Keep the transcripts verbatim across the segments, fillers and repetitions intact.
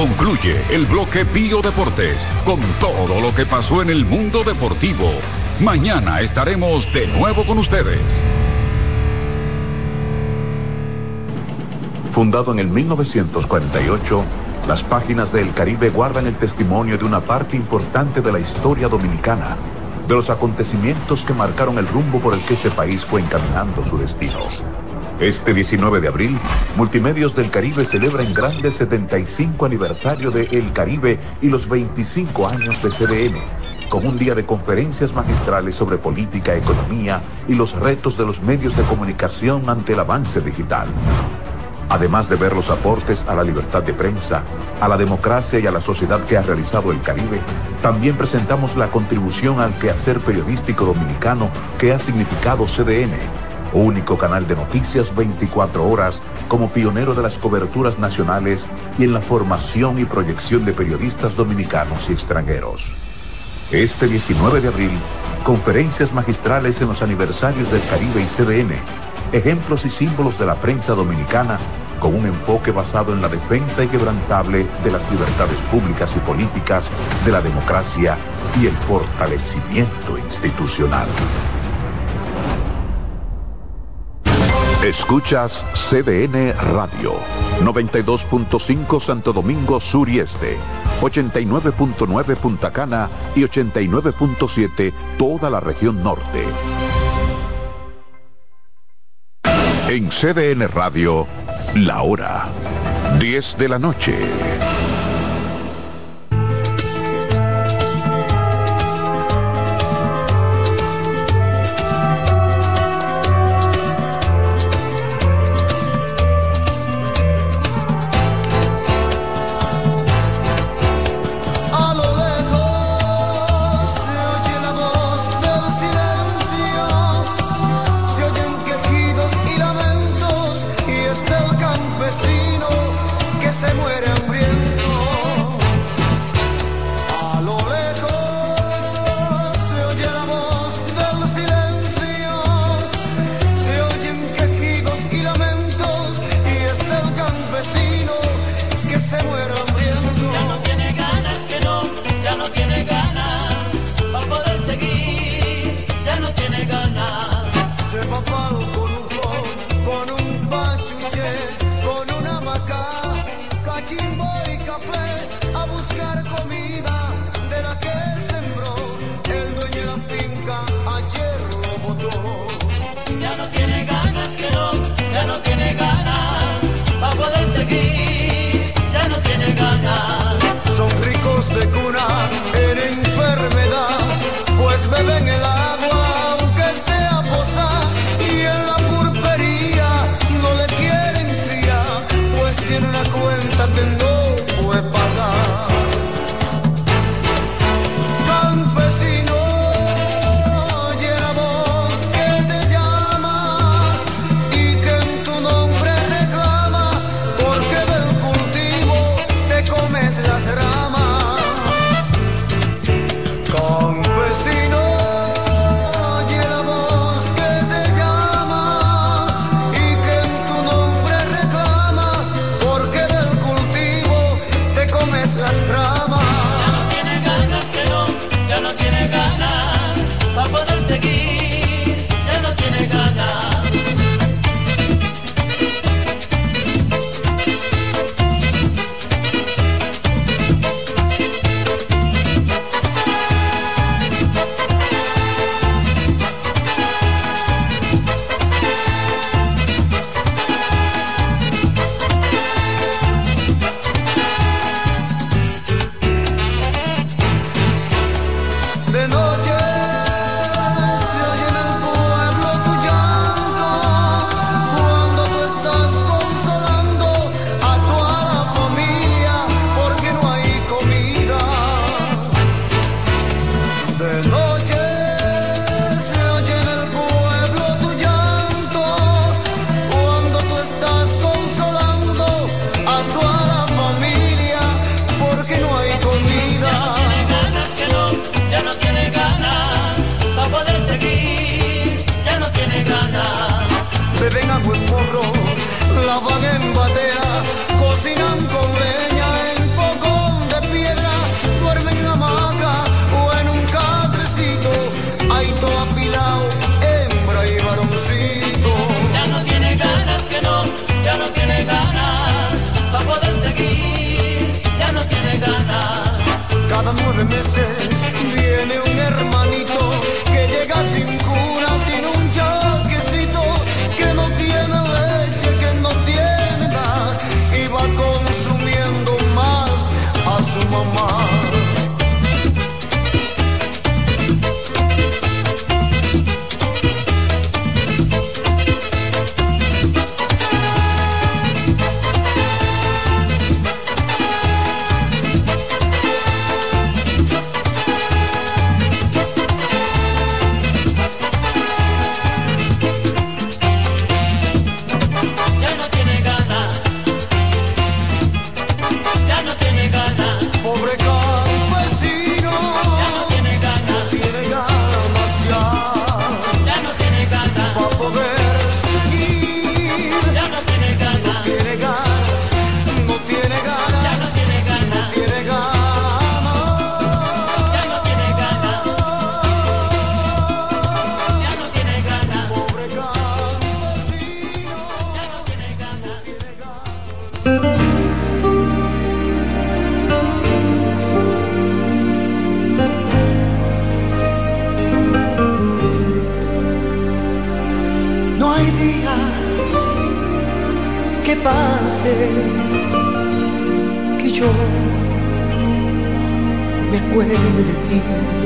Concluye el bloque Bio Deportes con todo lo que pasó en el mundo deportivo. Mañana estaremos de nuevo con ustedes. Fundado en el mil novecientos cuarenta y ocho, las páginas de El Caribe guardan el testimonio de una parte importante de la historia dominicana, de los acontecimientos que marcaron el rumbo por el que este país fue encaminando su destino. Este diecinueve de abril, Multimedios del Caribe celebra en grande el setenta y cinco aniversario de El Caribe y los veinticinco años de C D N, con un día de conferencias magistrales sobre política, economía y los retos de los medios de comunicación ante el avance digital. Además de ver los aportes a la libertad de prensa, a la democracia y a la sociedad que ha realizado El Caribe, también presentamos la contribución al quehacer periodístico dominicano que ha significado C D N, único canal de noticias veinticuatro horas como pionero de las coberturas nacionales y en la formación y proyección de periodistas dominicanos y extranjeros. Este diecinueve de abril, conferencias magistrales en los aniversarios del Caribe y C D N, ejemplos y símbolos de la prensa dominicana con un enfoque basado en la defensa inquebrantable de las libertades públicas y políticas, de la democracia y el fortalecimiento institucional. Escuchas C D N Radio, noventa y dos punto cinco Santo Domingo Sur y Este, ochenta y nueve punto nueve Punta Cana y ochenta y nueve punto siete toda la región norte. En C D N Radio, la hora, diez de la noche. Porque del cultivo que yo me acuerde de ti.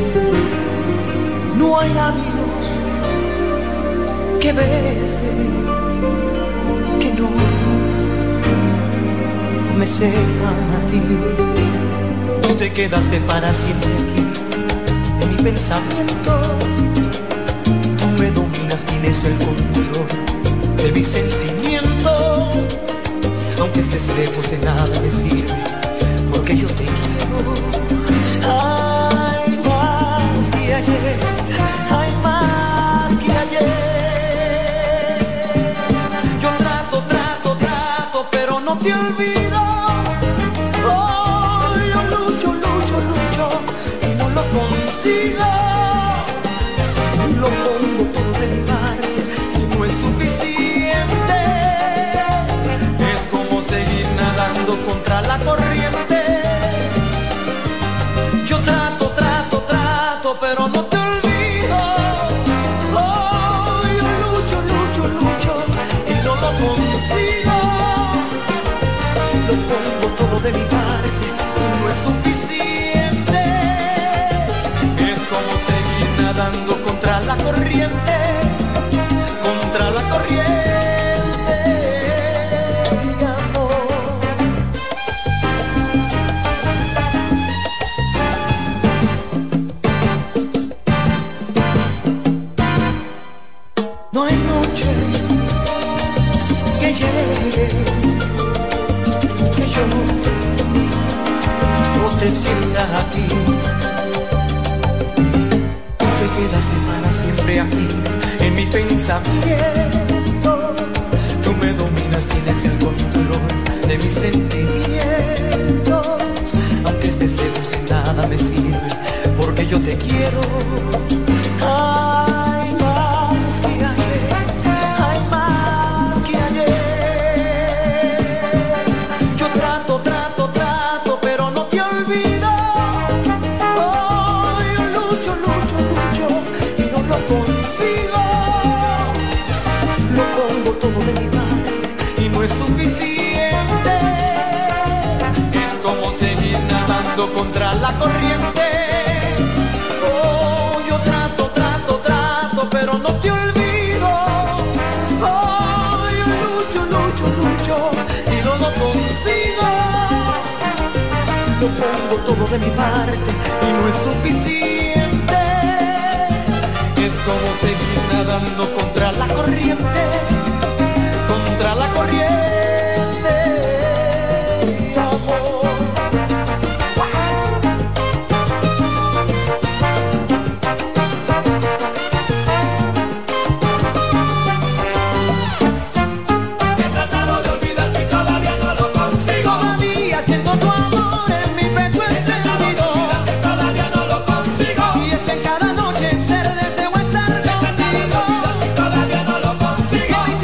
No hay labios que besen, que no me sepan a ti. Tú te quedaste para siempre aquí, en mi pensamiento. Tú me dominas, tienes el control de mis sentimientos. Aunque estés lejos de nada me sirve, porque yo te quiero. Hay más que ayer, hay más que ayer. Yo trato, trato, trato, pero no te olvido. Oh, yo lucho, lucho, lucho y no lo consigo. Lo pongo todo de mi parte y no es suficiente. Es como seguir nadando contra la corriente. Yo trato, trato, trato, pero no te olvido. Oh, yo lucho, lucho, lucho y no lo consigo. Lo pongo todo de mi parte y no es suficiente. Es como seguir nadando contra la corriente, contra la corriente, amor. No hay noche que llegue que yo no te sienta aquí. Tú te quedaste para siempre aquí, en mi pensamiento. Tú me dominas, tienes el control de mis sentimientos. Aunque estés lejos de nada me sirve, porque yo te quiero. Hay más que ayer, hay más que ayer. Yo trato, trato, trato, pero no te olvido. Oh, yo lucho, lucho, lucho y no lo consigo. Lo pongo todo de mi parte y no es suficiente. Es como seguir nadando contra la corriente. Oh, yo trato, trato, trato, pero no te olvido. Oh, yo lucho, lucho, lucho y no lo consigo. Lo pongo todo de mi parte y no es suficiente. Es como seguir nadando contra la corriente, contra la corriente, amor. He tratado de olvidarte y todavía no lo consigo. Todavía siento tu amor en mi pecho encendido. Todavía no lo consigo. Y es que cada noche ser deseo estar contigo. Todavía no lo consigo. Hoy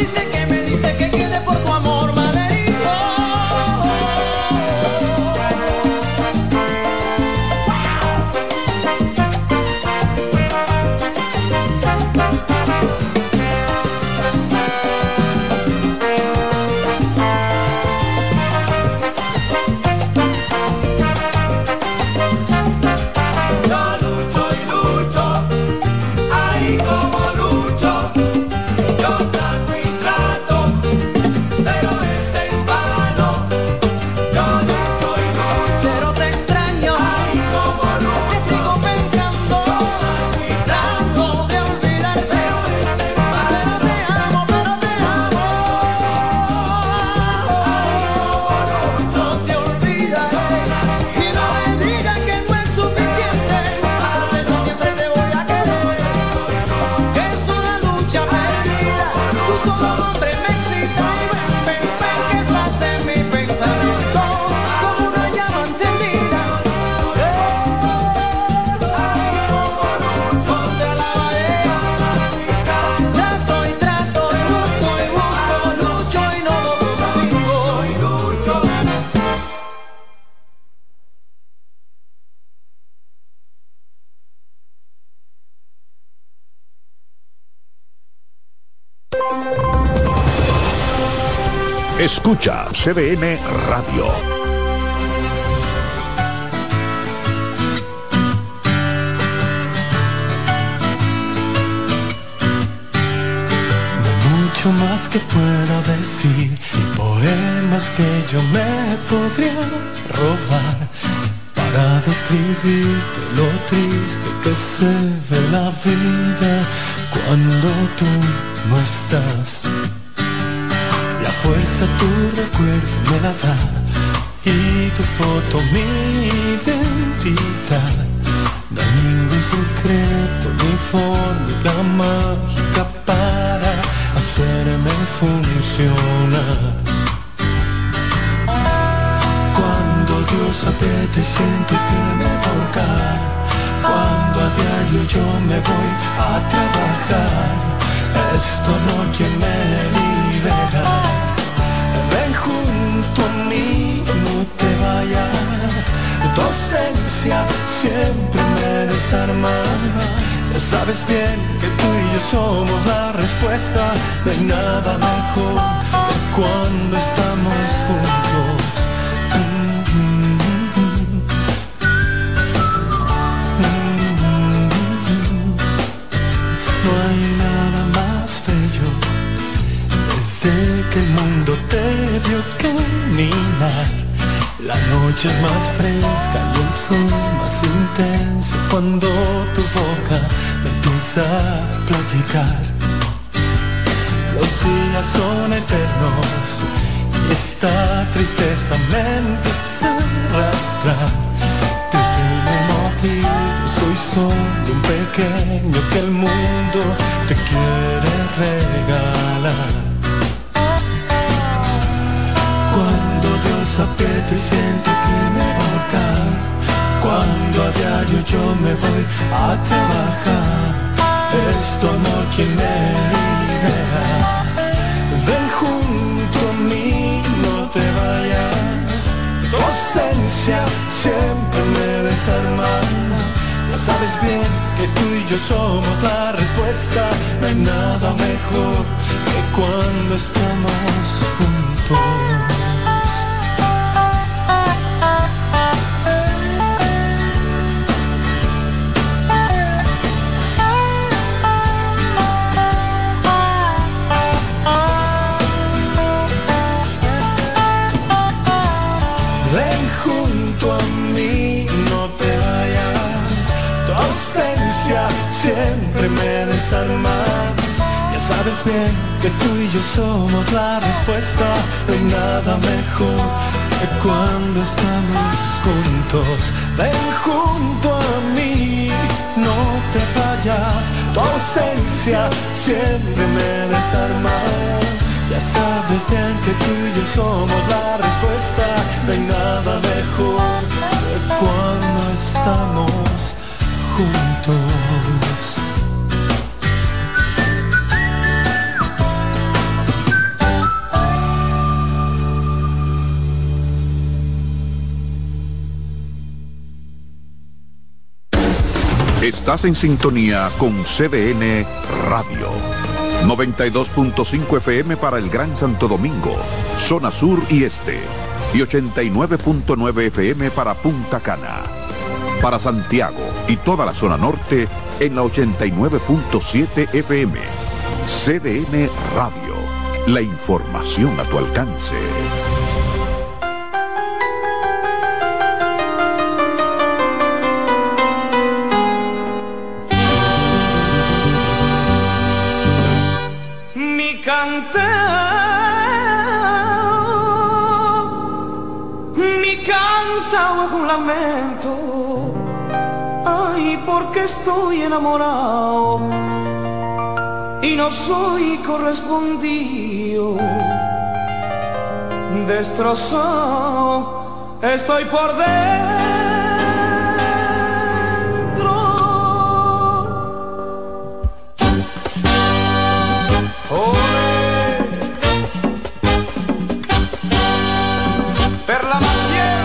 Escucha C D N Radio. Mucho más que pueda decir y poemas que yo me podría robar para describirte lo triste que se ve la vida cuando tú no estás. La fuerza tu recuerdo me la da y tu foto mi identidad. No hay ningún secreto ni fórmula mágica para hacerme funcionar. Cuando Dios aprieta y siento que me va a ahorcar, cuando a diario yo me voy a trabajar, esta noche me libera. Ven junto a mí, no te vayas, tu ausencia siempre me desarma. Ya sabes bien que tú y yo somos la respuesta. No hay nada mejor que cuando estamos juntos. Mm-hmm. Mm-hmm. No hay nada más bello desde que el mundo te vio caminar. La noche es más fresca y el sol más intenso cuando tu boca me empieza a platicar. Los días son eternos y esta tristeza me empieza a arrastrar. Desde mi motivo soy solo un pequeño que el mundo te quiere regalar. Cuando Dios aprieta y siento que me va a ahorcar, cuando a diario yo me voy a trabajar, es tu amor quien me libera. Ven junto a mí, no te vayas, tu ausencia siempre me desarma. Ya sabes bien que tú y yo somos la respuesta. No hay nada mejor que cuando estamos juntos. Siempre me desarma. Ya sabes bien que tú y yo somos la respuesta. No hay nada mejor que cuando estamos juntos. Ven junto a mí, no te vayas. Tu ausencia siempre me desarma. Ya sabes bien que tú y yo somos la respuesta. No hay nada mejor que cuando estamos juntos. Estás en sintonía con C D N Radio. noventa y dos punto cinco F M para el Gran Santo Domingo, zona sur y este. Y ochenta y nueve punto nueve F M para Punta Cana. Para Santiago y toda la zona norte en la ochenta y nueve punto siete F M. C D N Radio. La información a tu alcance. Mi cantao, mi cantao es un lamento. Ay, porque estoy enamorado y no soy correspondido. Destrozado estoy por dentro. Ole, Perla Maciel.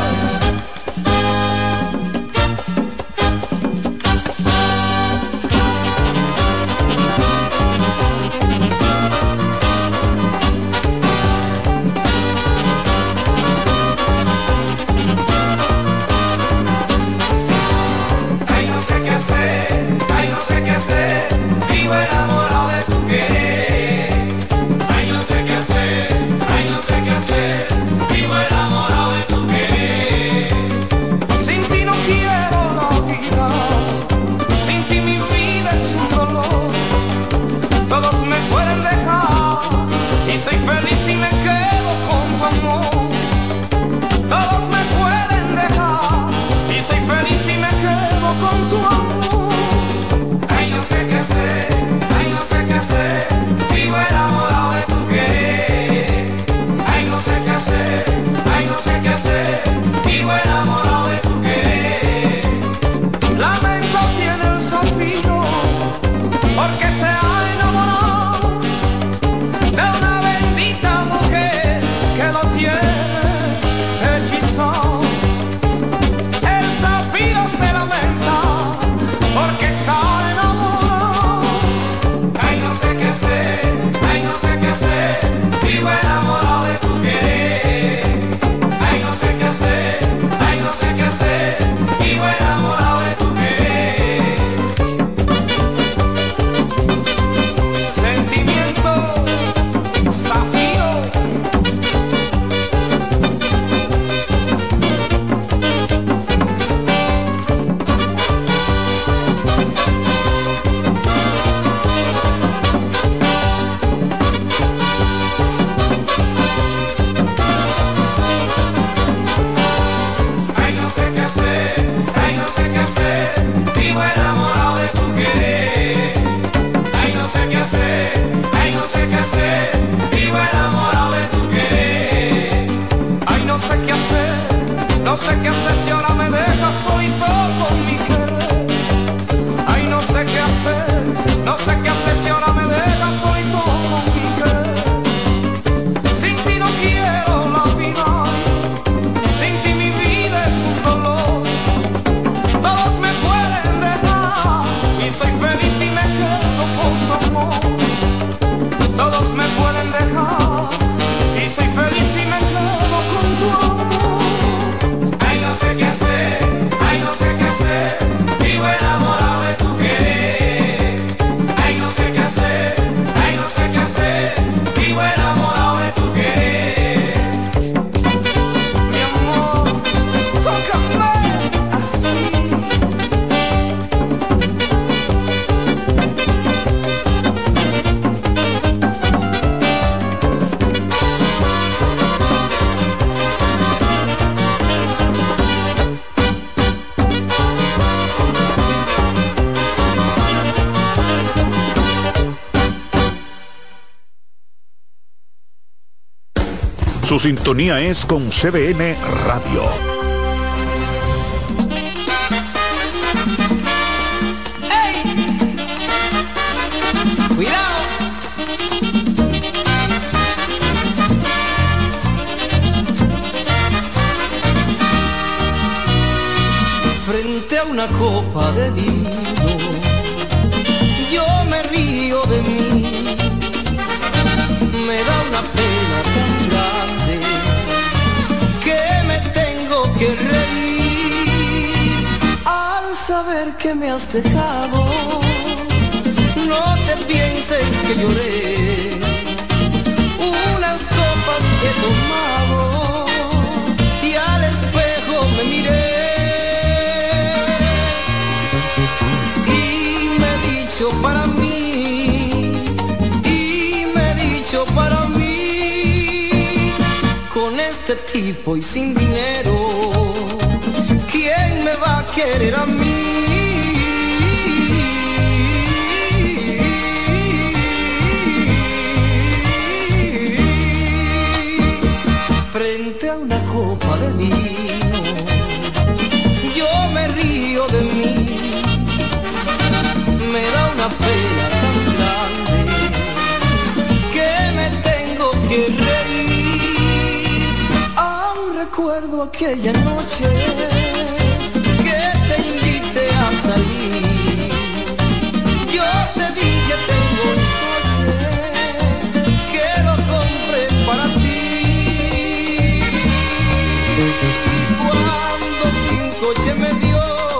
No sé qué hacer si ahora me dejas solito con mi querer. Ay, no sé qué hacer, no sé qué hacer si ahora me dejas solito con mi querer. Sin ti no quiero la vida, sin ti mi vida es un dolor. Todos me pueden dejar y soy feliz y me quedo con tu amor. Todos me pueden dejar y soy feliz y me quedo con tu amor. Ay, no sé qué hacer, ay, no sé qué hacer, vivo enamorado de tu querer. Ay, no sé qué hacer, ay, no sé qué hacer, vivo enamorado de tu querer. Mi amor, tócame así. Su sintonía es con C B N Radio. Cuidado. Frente a una copa de vino, yo me río de mí. Me da una pena tan grande que me tengo que reír al saber que me has dejado. No te pienses que lloré, unas copas he tomado y al espejo me miré y me he dicho para mí, y me he dicho para mí, con este tipo y sin dinero, ¿quién me va a querer a mí? Frente a una copa de vino, yo me río de mí. Me da una pena tan grande que me tengo que reír. Aún recuerdo aquella noche que te invité a salir. Yo te dije tengo un coche que lo compré para ti. Cuando sin coche me dio,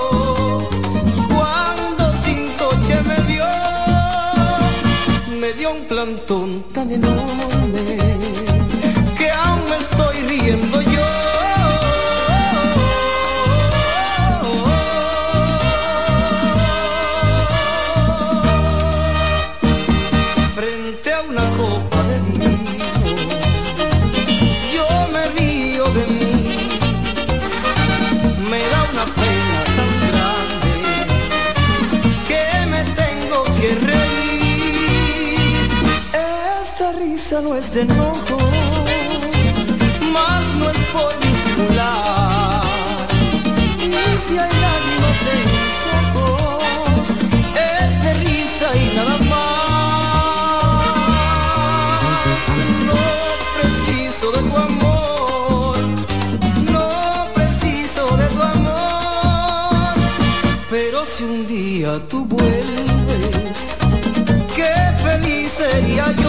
cuando sin coche me vio, me dio un plantón tan enorme que aún me estoy riendo yo. Frente a una copa de vino, yo me río de mí. Me da una pena tan grande que me tengo que reír. Esta risa no es de enojo, más no es por disimular. Y si hay lágrimas en mis ojos, es de risa y nada más. No preciso de tu amor, no preciso de tu amor, pero si un día tú vuelves, qué feliz sería yo.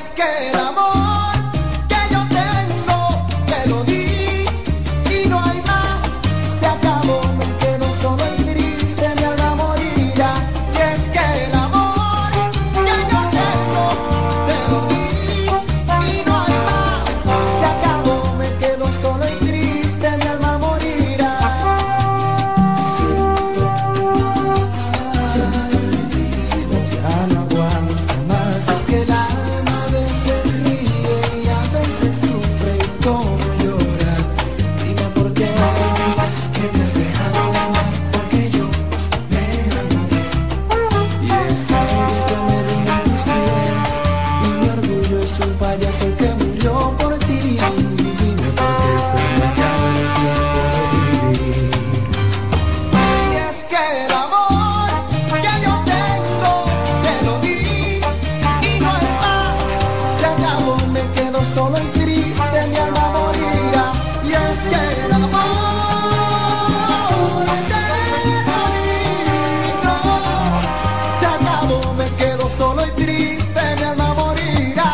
que el amor que yo tengo te lo di y no hay más, se acabó, me quedo solo y triste, mi alma morirá. Y es que el amor que yo tengo te lo di y no hay más, se acabó, me quedo solo y triste, mi alma morirá. Ya no aguanto más, es que el alma a veces ríe y a veces sufre y cómo llora. Dime por qué es que me has dejado de amar, porque yo me enamoré. Y esa que me rinde a tus pies y mi orgullo es un payaso que murió por ti. Dime por qué se me acaba el tiempo de vivir. Y es que el amor que yo tengo te lo di y no hay más, se acabó, me quedo solo y triste, mi alma morirá. Y es que el amor que te di no, se acabó, me quedo solo y triste, mi alma morirá.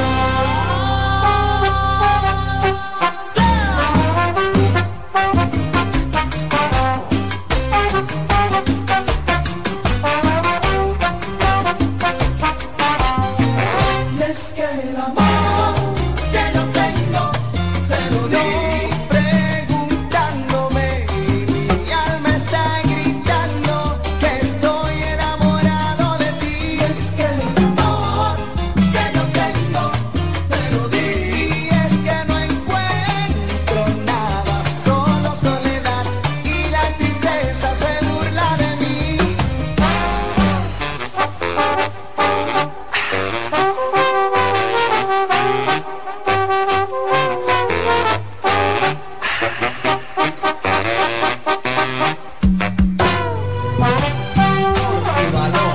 Y es que el amor que yo tengo te lo di preguntándome y mi alma está gritando que estoy enamorado de ti. Y es que el amor que yo tengo te lo di y es que no encuentro nada, solo soledad y la tristeza se burla de mí. Por tu valor.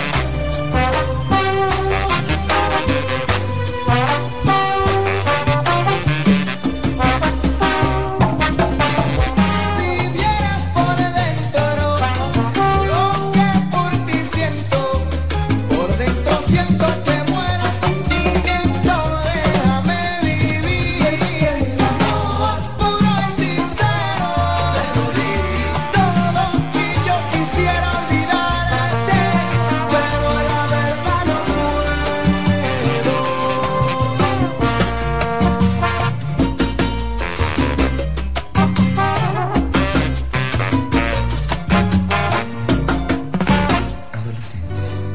Si vieras por dentro lo que por ti siento, por dentro siento que muero sin ti, miento, déjame vivir. Es que el amor puro y sincero te lo di todo y yo quisiera olvidarte, pero la verdad no puedo. Adolescentes.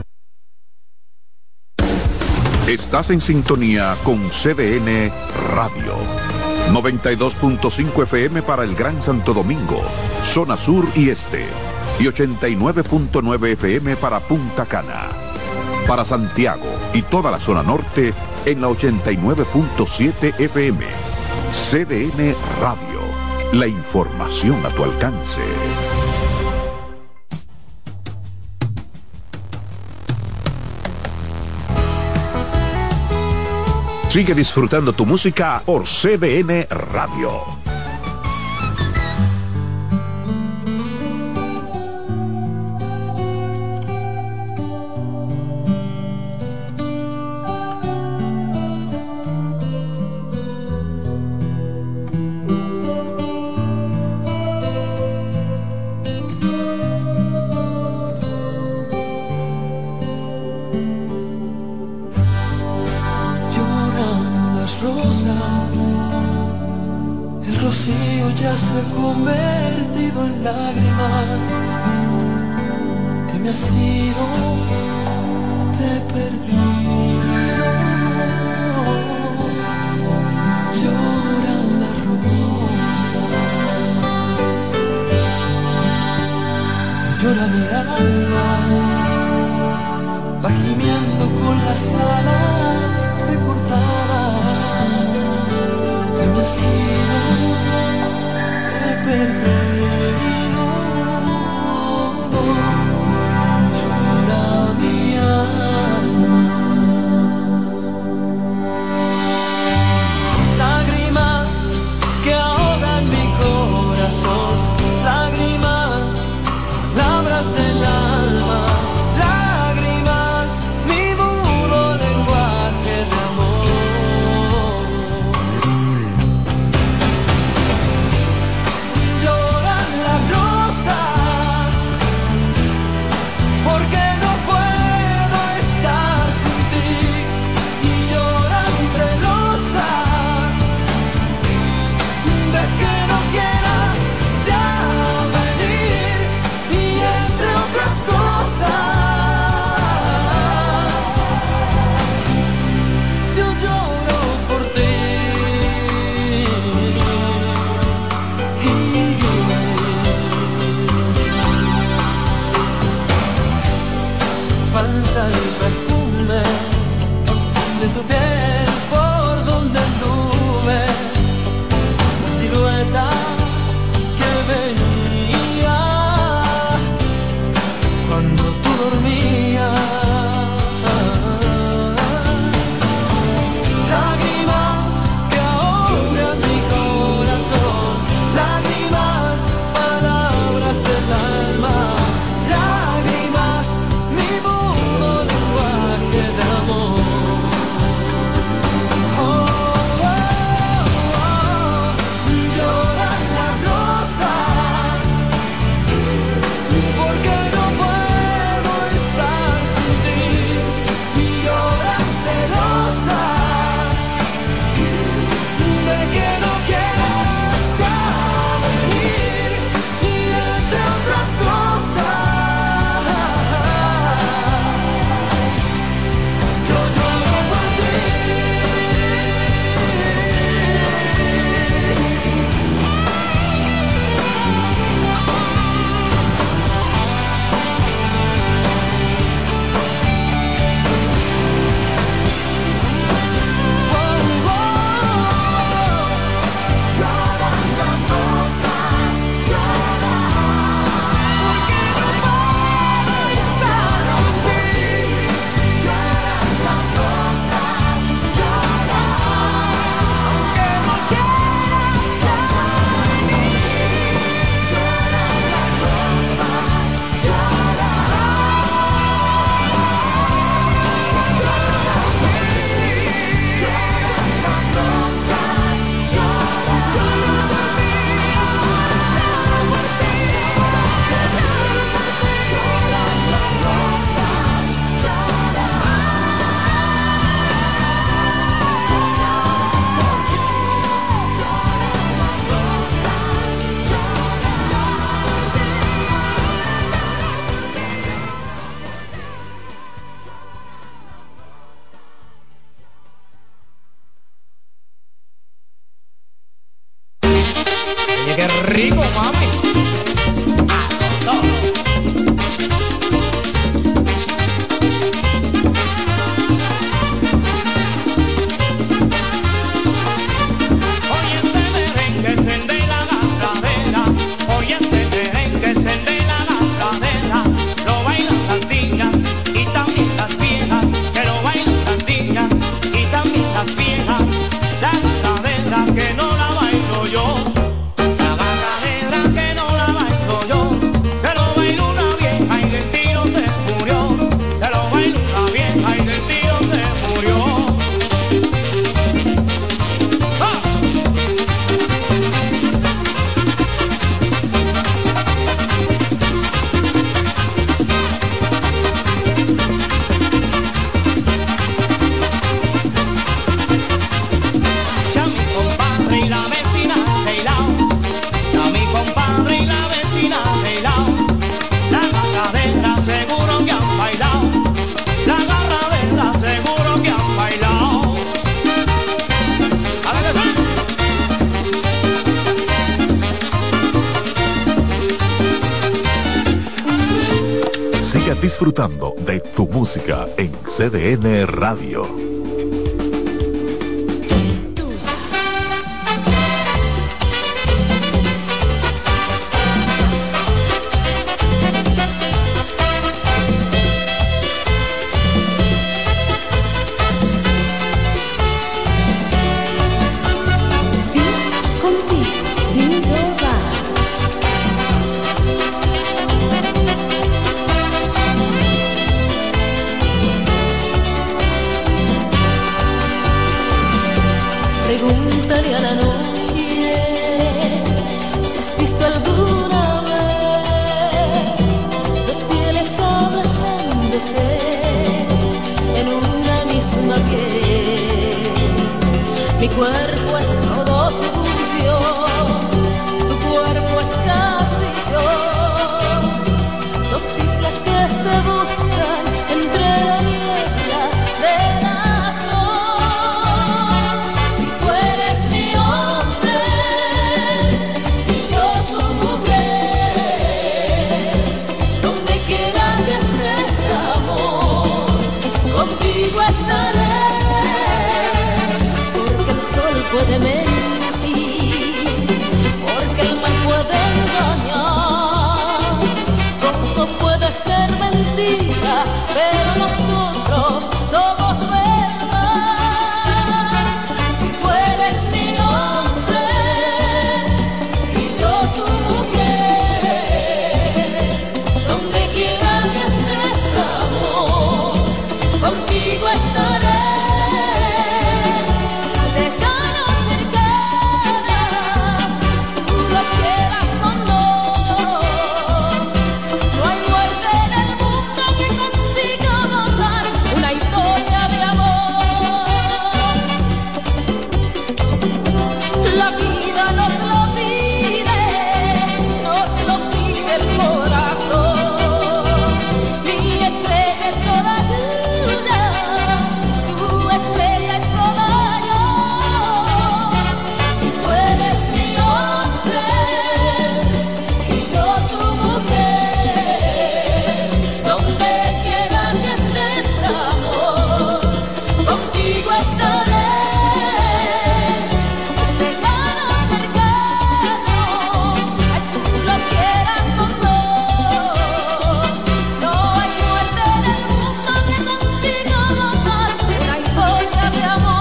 Estás en sintonía con C D N Radio. noventa y dos punto cinco F M para el Gran Santo Domingo, zona sur y este. Y ochenta y nueve punto nueve F M para Punta Cana. Para Santiago y toda la zona norte en la ochenta y nueve punto siete F M. C D N Radio. La información a tu alcance. Sigue disfrutando tu música por C D N Radio. Lloran las rosas, el rocío ya se ha convertido en lágrimas. Que me has ido, te he perdido. Lloran las rosas, llora mi alma, va gimiendo con las alas recortadas. Que me has ido, te he perdido. Llora mi alma. Oye, qué rico, mami. Ah, no. Disfrutando de tu música en C D N Radio. Pregúntale a la noche si has visto alguna vez dos pieles abrazándose en una misma piel. Mi cuerpo es todo tuyo, tu cuerpo es casi yo, dos islas que se buscan entre la niebla de las dos. Si tú eres mi hombre y yo tu mujer, donde quiera que estés, amor, contigo estaré. Porque el sol puede mentir, porque el mal puede engañar, todo puede ser mentira, pero nosotros somos verdad. Si tú eres mi hombre y yo tu mujer, donde quiera que estés, amor, contigo estaré. Lejano, cercana, tú lo quieras o no, no hay muerte en el mundo que consiga borrar una historia de amor. La vida nos lo pide, nos lo pide el corazón. Mi estrella es toda tuya, tu estrella es toda yo. Si tú eres mi hombre y yo tu mujer, donde quiera que estés, amor, contigo estaré. Lejano, cercano, ay, tú lo quieras o no, no hay muerte en el mundo que consiga borrar una historia de amor.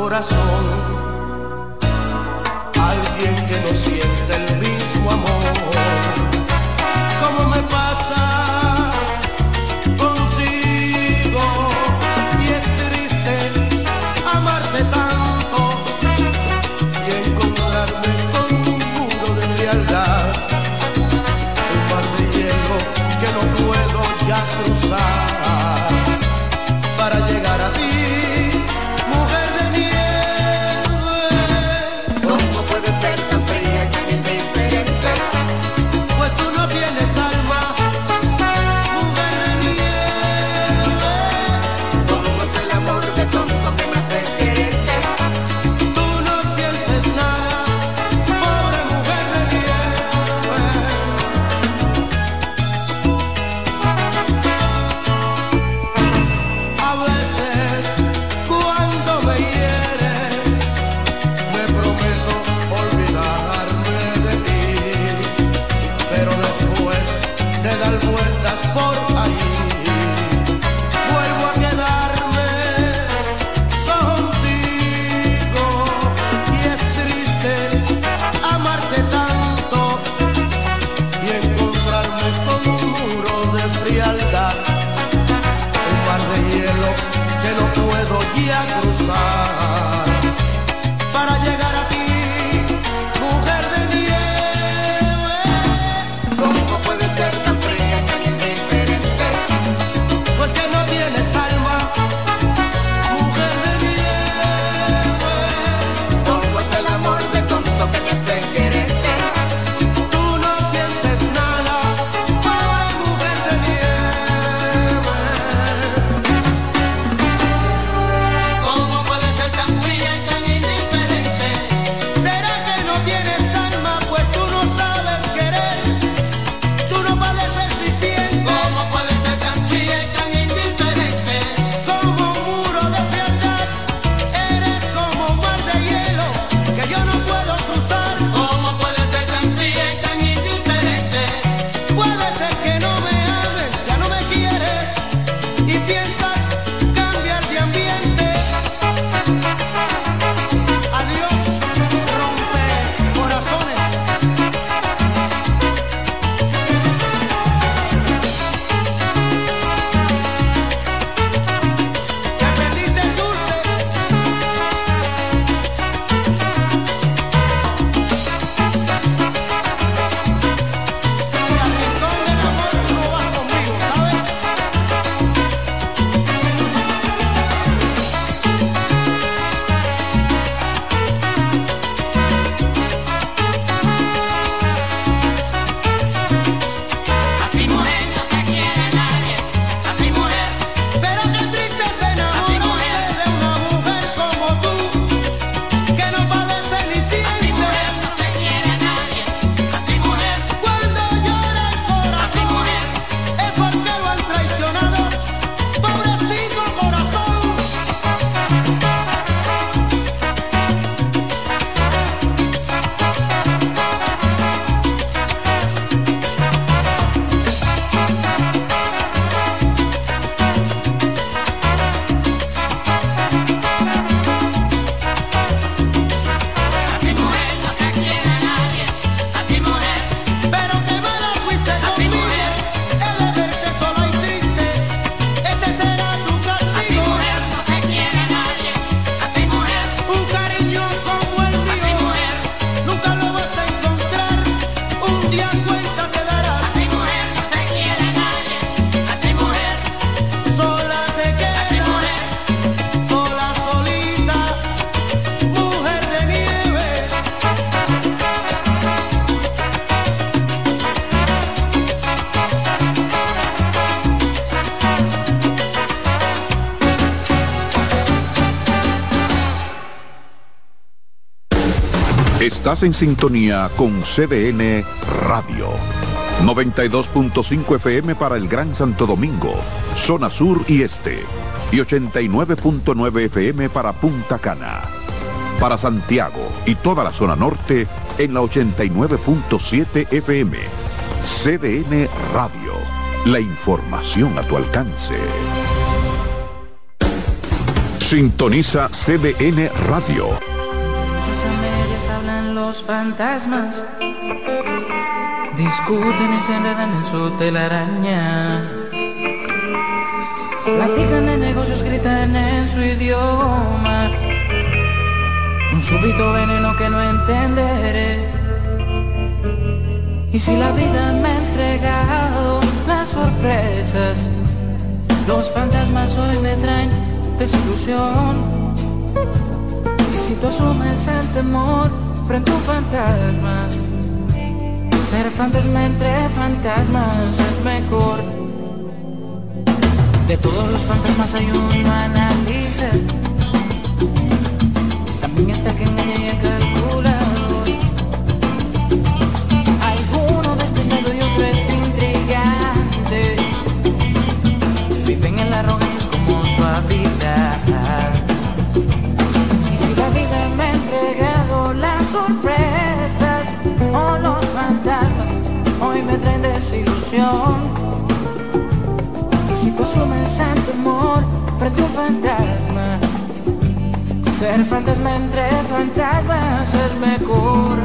corazón, alguien que no siente el mismo amor, como me pasa contigo, y es triste amarte tanto y encontrarme con un muro de frialdad, un mar de hielo que no puedo ya cruzar para llegar a ti. Estás en sintonía con C D N Radio. noventa y dos punto cinco F M para el Gran Santo Domingo, zona sur y este. Y ochenta y nueve punto nueve F M para Punta Cana. Para Santiago y toda la zona norte en la ochenta y nueve punto siete F M. C D N Radio. La información a tu alcance. Sintoniza C D N Radio. Sus a medias hablan los fantasmas, discuten y se enredan en su telaraña, platican de negocios, gritan en su idioma, un súbito veneno que no entenderé. Y si la vida me ha entregado las sorpresas, los fantasmas hoy me traen desilusión. Y si tú asumes el temor frente a un fantasma, ser fantasma entre fantasmas es mejor. De todos los fantasmas hay uno analiza, también está el que engaña y el calculador. Alguno despistado y otro es intrigante, viven en la arrogancia como suavidad. Y si la vida me ha entregado las sorpresas o los fantasmas hoy me traen desilusión. Si tú asumes el temor frente a un fantasma, ser fantasma entre fantasmas es mejor.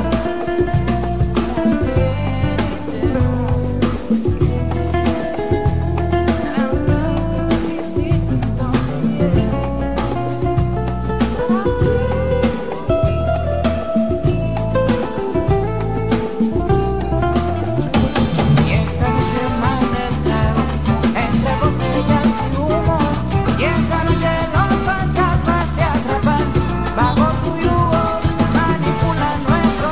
Bajo su yugo manipulan nuestro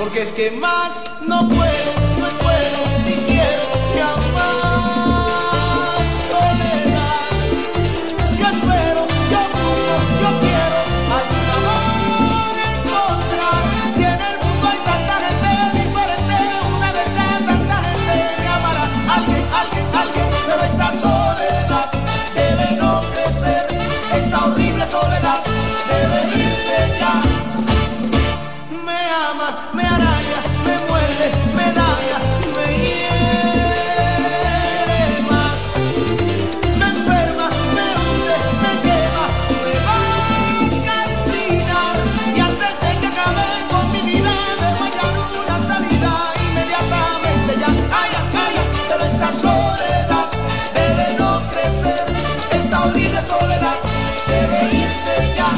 porque es que más no puedo, no puedo, ni quiero que más soledad. Yo espero, yo busco, yo quiero algún amor encontrar. Si en el mundo hay tanta gente diferente, una de esas tanta gente me amará. Alguien, alguien, alguien, pero esta soledad debe no crecer. Esta horrible soledad debe irse ya. Me ama, me araña, me muerde, me daña, me hiere más. Me enferma, me hunde, me quema, me va a calcinar. Y antes de que acabe con mi vida, debo hallar una salida inmediatamente ya. Ay, ay, ay, pero esta soledad debe no crecer. Esta horrible soledad debe irse ya.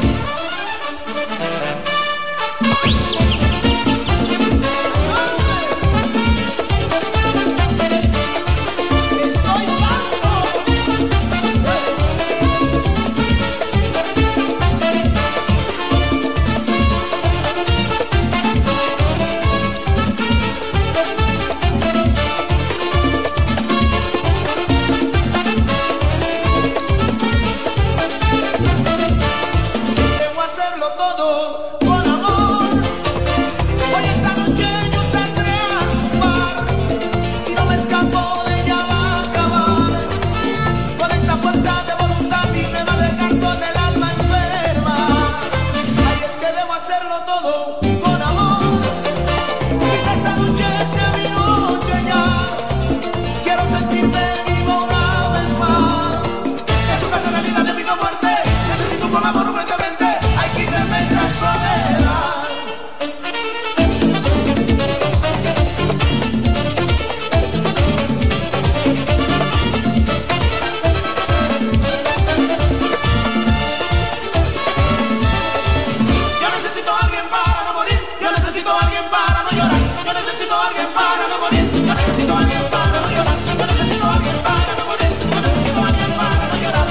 Estoy harto. Debo hacerlo todo con amor. Hoy esta noche yo saldré a un bar. Si no me escapo de ella va a acabar. Con esta fuerza de voluntad y me va a dejar con el alma enferma. Ay, es que debo hacerlo todo con amor. Quizá esta noche sea mi noche ya. Quiero sentirme vivo una vez más. Es una realidad de vida o muerte. Necesito con amor urgentemente. Hay que irme esta soledad. Yo necesito a alguien para no morir. Yo necesito a alguien para no llorar. Yo necesito a alguien para no morir. Yo necesito a alguien para no llorar. Yo necesito a alguien para no morir. Yo necesito a alguien para no llorar.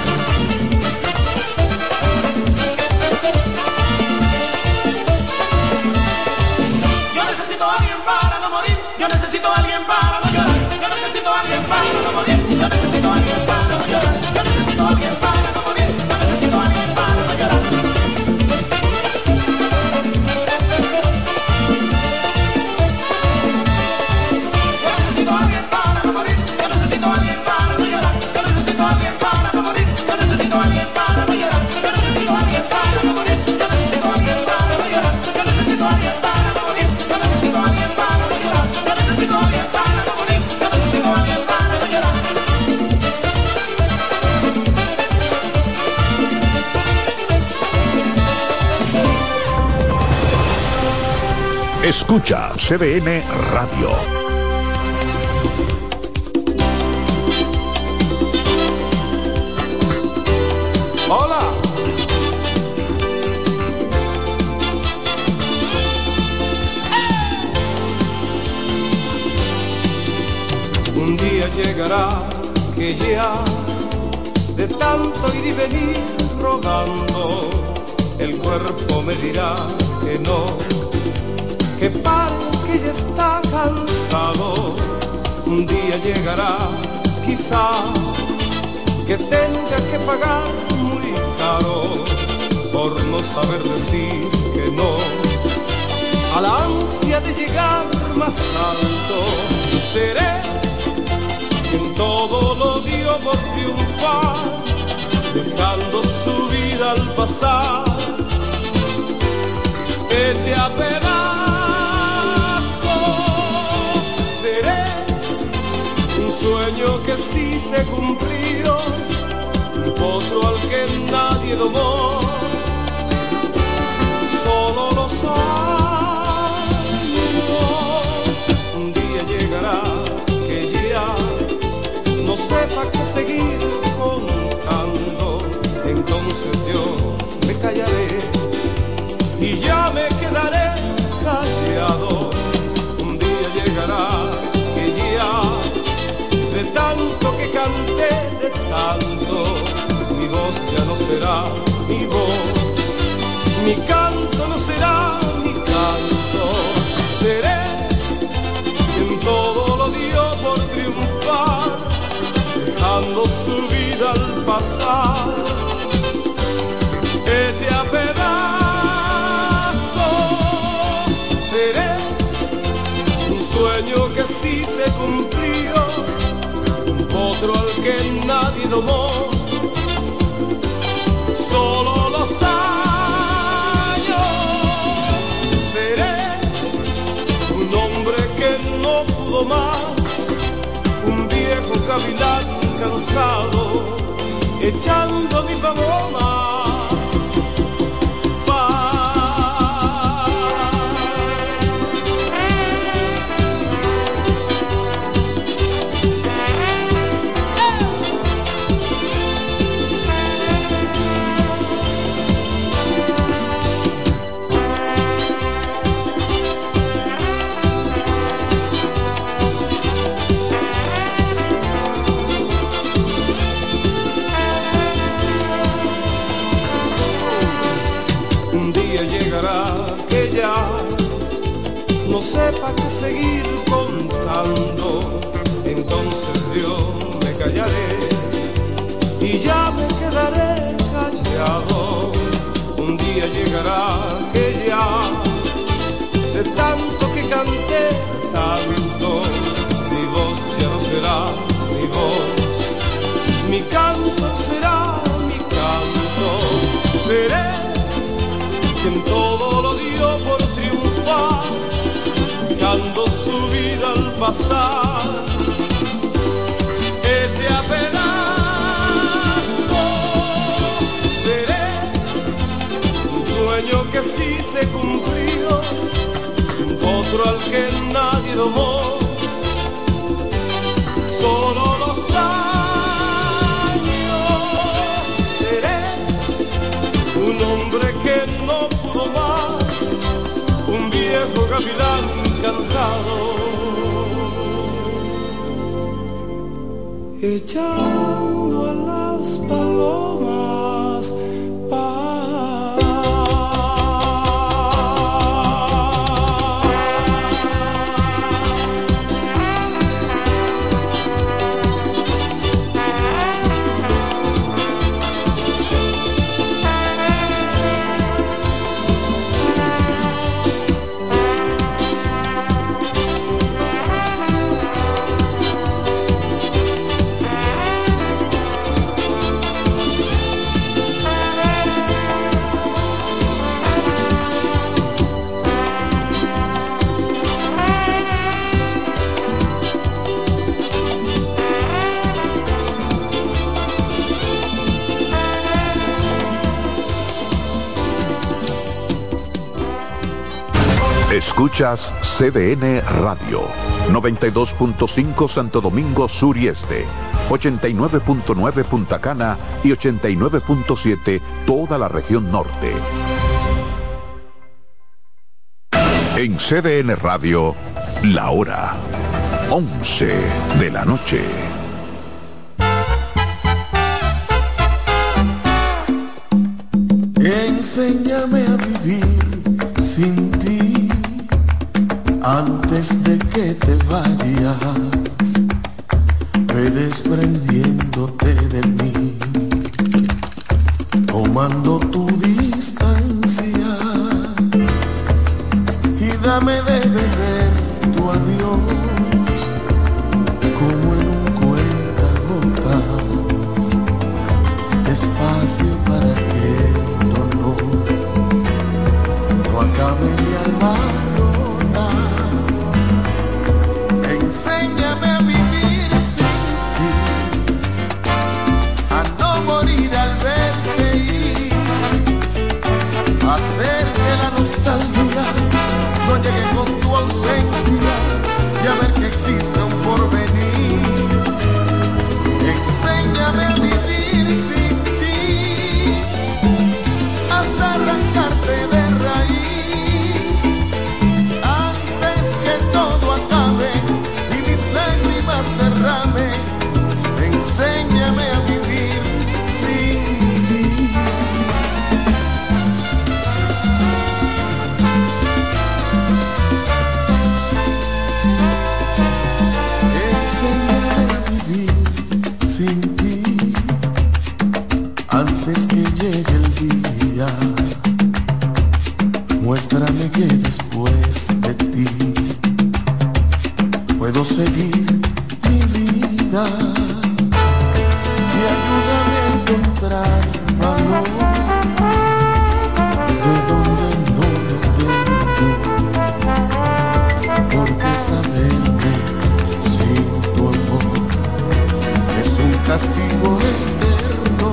Yo necesito a alguien para no morir. Yo necesito a alguien para no llorar. Yo necesito a alguien para no morir. Yo necesito a alguien para no llorar. Yo necesito a alguien para no morir. Yo necesito a alguien para no llorar. Yo necesito a alguien para no morir. Yo necesito a alguien para no llorar. Yo necesito a alguien para no morir. Yo necesito a alguien para no llorar. Yo necesito a alguien para no morir. Yo necesito a alguien para no llorar. Yo necesito a alguien para no morir. Yo necesito a alguien para no llorar. Yo necesito a alguien para no morir. Yo necesito a alguien para no llorar. Escucha C B N Radio. Hola. Un día llegará que ya de tanto ir y venir rogando, el cuerpo me dirá que no, que pare, que ya está cansado. Un día llegará, quizá, que tenga que pagar muy caro por no saber decir que no a la ansia de llegar más alto. Seré quien todo lo dio por triunfar, dejando su vida al pasar, heche a pedazos. Seré un sueño que sí se cumplió, un potro al que nadie domó, solo los años. Un día llegará que ya no sepa qué seguir contando, entonces yo me callaré y ya me quedaré callado. Un día llegará que ya de tanto que canté, de tanto, mi voz ya no será pasar. Ese a pedazo seré, un sueño que sí se cumplió, otro al que nadie domó. Solo los años seré, un hombre que no pudo más, un viejo gavilán cansado, echando mi paloma. No sepa que seguir contando, entonces yo me callaré y ya me quedaré callado. Un día llegará que ya, de tanto que canté tanto, mi voz ya no será mi voz, mi canto será mi canto. Seré quien todo lo dio por triunfar, dando su vida al pasar. Ese a pedazo seré, un sueño que sí se cumplió, otro al que nadie domó. Solo los años seré, un hombre que no pudo más, un viejo gavilán cansado, echando a las palomas paz. Escuchas C D N Radio, noventa y dos punto cinco Santo Domingo Sur y Este, ochenta y nueve punto nueve Punta Cana y ochenta y nueve punto siete toda la región norte. En C D N Radio, la hora once de la noche. Enséñame a vivir sin ti antes de que te vayas, ve desprendiéndote de mí, tomando tu distancia y dame de beber tu adiós como en un cuentagotas, despacio para que el dolor no acabe mi alma. Enséñame a vivir sin ti, a no morir al verte ir, hacer que la nostalgia no llegue con tu ausencia y a ver que puedo seguir mi vida y ayúdame a encontrar valor de donde no lo tengo, porque saberme sin tu amor es un castigo eterno.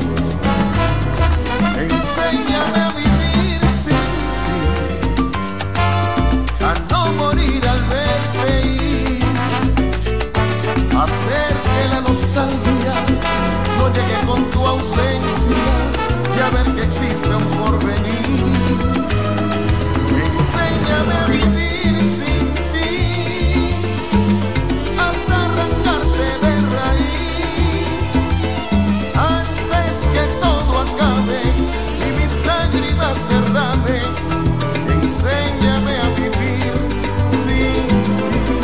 Enséñame a vivir sin ti, a no morir al verte ir, hacer que la nostalgia no llegue con tu ausencia y a ver que existe un porvenir. Enséñame a vivir sin ti, hasta arrancarte de raíz, antes que todo acabe y mis lágrimas derramen. Enséñame a vivir sin ti.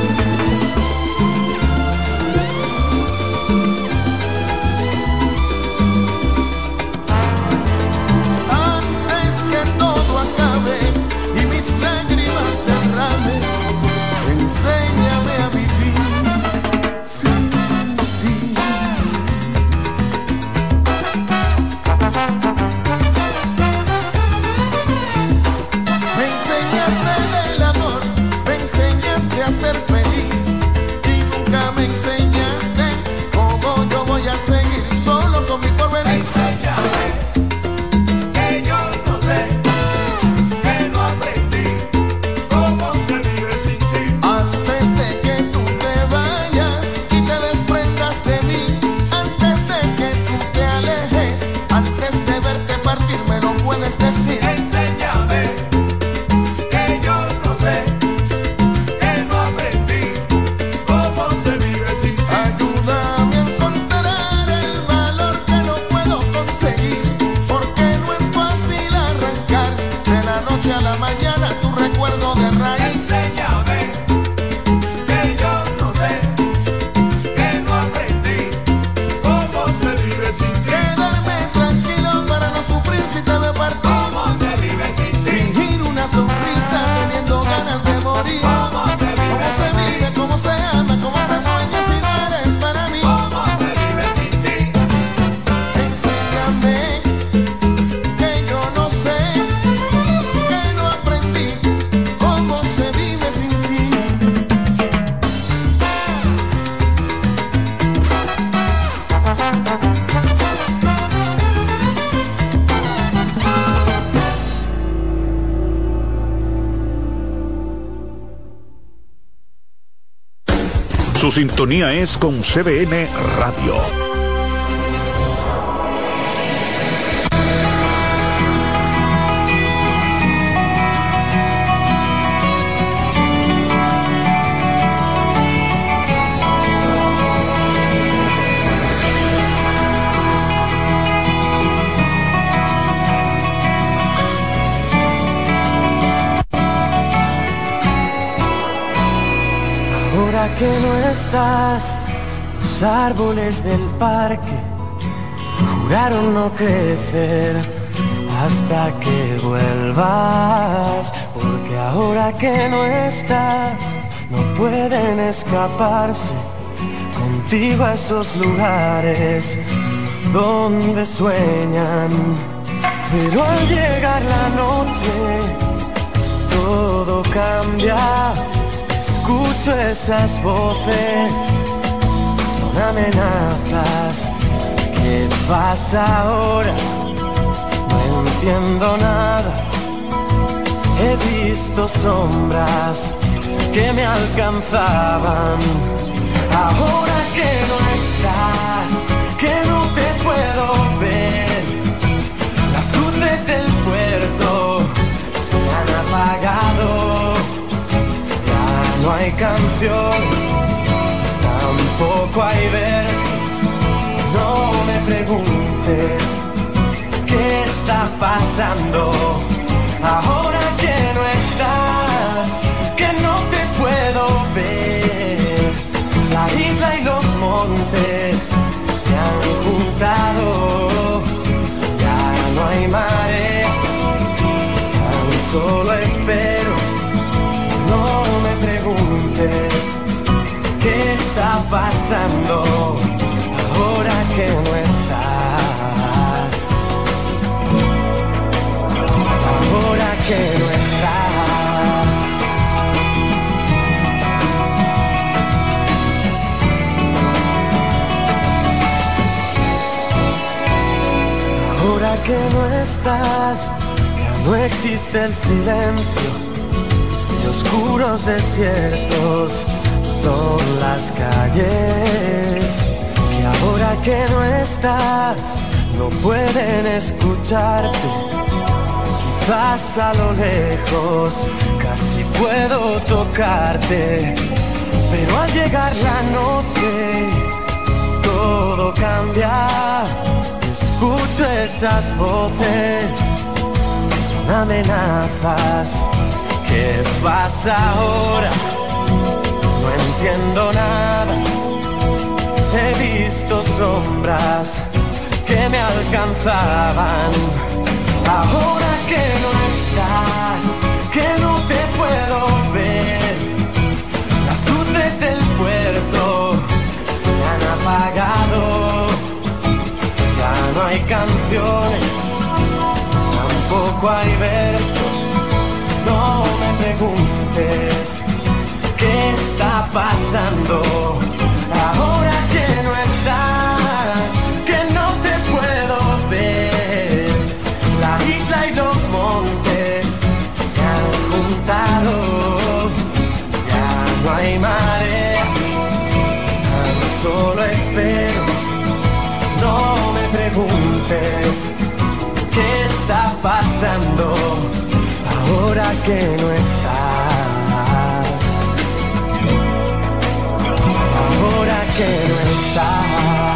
Antes que todo acabe y mis lágrimas derramen, enséñame a vivir sin ti. Me enseñaste del amor, me enseñaste a ser feliz y nunca me enseñaste cómo yo voy a seguir solo con mi porvenir. Enséñame que yo no sé, que no aprendí cómo se vive sin ti. Antes de que tú te vayas y te desprendas de mí, antes de que tú te alejes, antes de verte partir me lo puedes decir. Enséñame que yo no sé, que no aprendí cómo se vive sin ti. Ayúdame a encontrar el valor que no puedo conseguir, porque no es fácil arrancar de la noche a la mañana tu recuerdo de raíz. Enséñame que yo no sé, que no aprendí cómo se vive sin ti. Quedarme tranquilo para no sufrir si te veo partir. Cómo se vive sin ti. Fingir una sonrisa teniendo ganas de morir. Cómo se vive Cómo se vive, cómo se ama, cómo se sueña si no eres para mí. Cómo se vive sin ti. Enséñame que yo no sé, que no aprendí cómo se vive sin ti. Su sintonía es con C B N Radio. Ahora que no estás, los árboles del parque juraron no crecer hasta que vuelvas, porque ahora que no estás, no pueden escaparse contigo a esos lugares donde sueñan. Pero al llegar la noche, todo cambia. Escucho esas voces, son amenazas. ¿Qué pasa ahora? No entiendo nada. He visto sombras que me alcanzaban. Ahora que no estás, que no te puedo ver, las luces del puerto se han apagado. No hay canciones, tampoco hay versos. No me preguntes qué está pasando. Ahora que no estás, que no te puedo ver, la isla y los montes se han juntado. Ya no hay mareas, tan solo espero. No me preguntes pasando ahora que no estás? Ahora que no estás. Ahora que no estás, ya no existe el silencio y oscuros desiertos son las calles que ahora que no estás no pueden escucharte. Quizás a lo lejos casi puedo tocarte, pero al llegar la noche todo cambia. Escucho esas voces, son amenazas. ¿Qué pasa ahora? No entiendo nada. He visto sombras que me alcanzaban. Ahora que no estás, que no te puedo ver, las luces del puerto se han apagado. Ya no hay canciones, tampoco hay versos. No me preguntes qué está pasando. Ahora que no estás, que no te puedo ver, la isla y los montes se han juntado. Ya no hay mareas, tan solo espero. No me preguntes qué está pasando ahora que no estás. Ahora que no estás.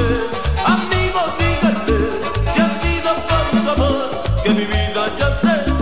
Amigo, dígale que ha sido por su amor que mi vida ya se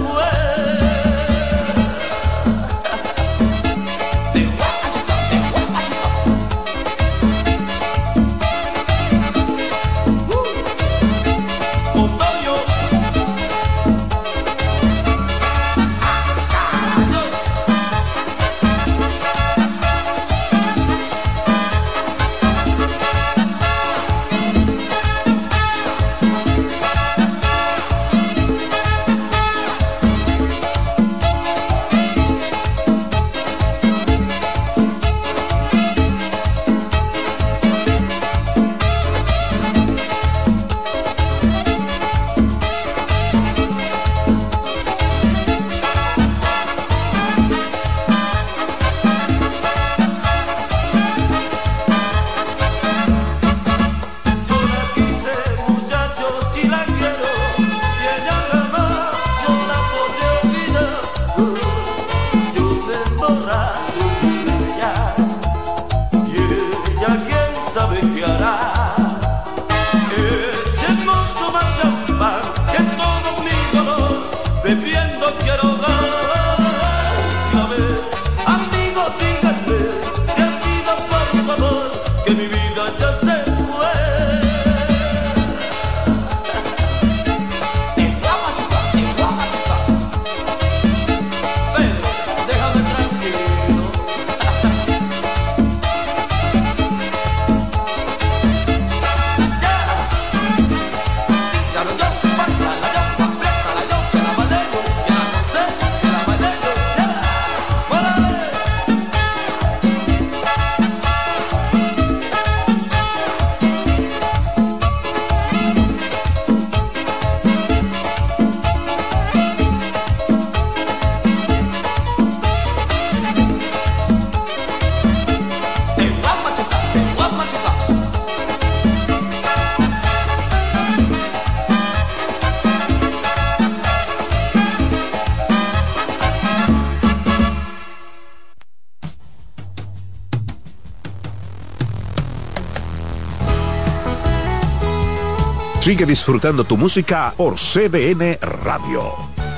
Sigue disfrutando tu música por C D N Radio.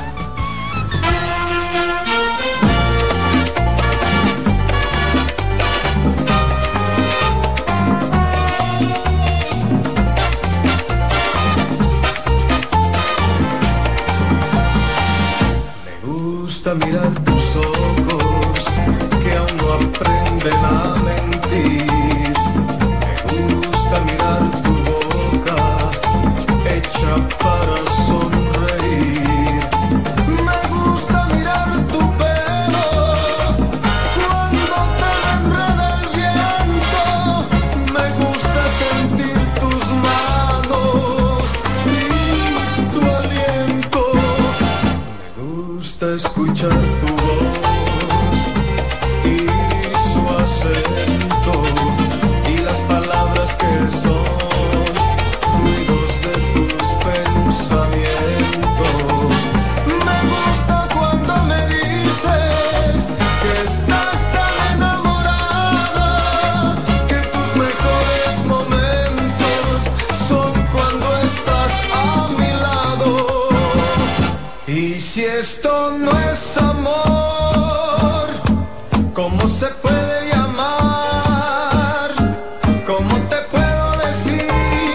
Me gusta mirar tus ojos que aún no aprenden a mentir. Me gusta mirar tu boca hecha para sonreír. Me gusta mirar tu pelo cuando te enreda el viento. Me gusta sentir tus manos y tu aliento. Me gusta escuchar tu voz y su acento y las palabras que son ruidos de tus pensamientos. Me gusta cuando me dices que estás tan enamorada, que tus mejores momentos son cuando estás a mi lado. Y si esto no es amor, ¿cómo se puede llamar? ¿Cómo te puedo decir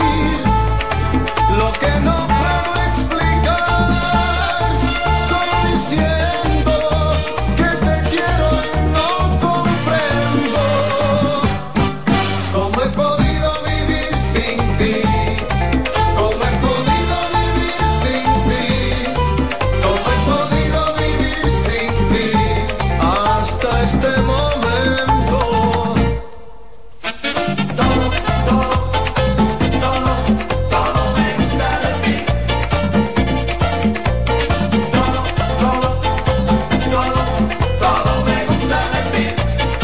lo que no puedo explicar? Solo diciendo que te quiero y no comprendo. ¿Cómo he podido vivir sin ti? ¿Cómo he podido vivir sin ti? ¿Cómo he podido vivir sin ti hasta este momento? Todo, todo, todo, todo me gusta de ti. Todo, todo, todo, todo me gusta de ti.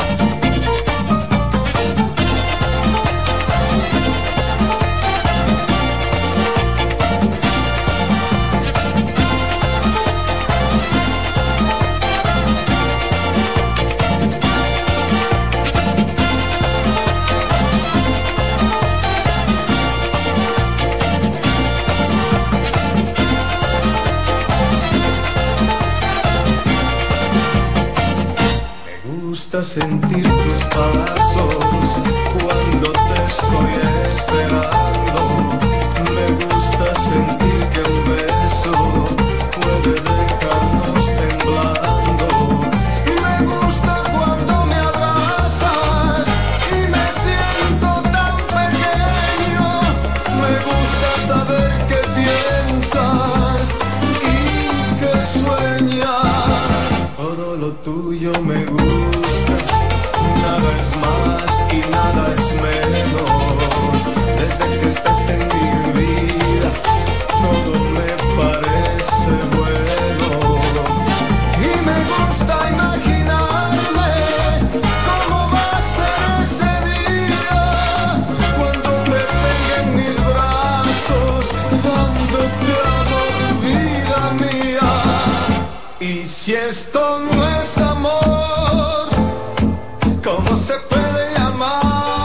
Me gusta sentir tus pasos cuando te estoy esperando. Me gusta sentir que un beso puede dejarnos temblando. Me gusta cuando me abrazas y me siento tan pequeño. Me gusta saber que piensas y que sueñas. Todo lo tuyo me gusta. Nada es más y nada es menos. Desde que estás en mi vida, todo me parece bueno. Y me gusta imaginarme cómo va a ser ese día, cuando te tenga en mis brazos, dándote amor, vida mía. Y si esto no es amor, ¿cómo se puede llamar?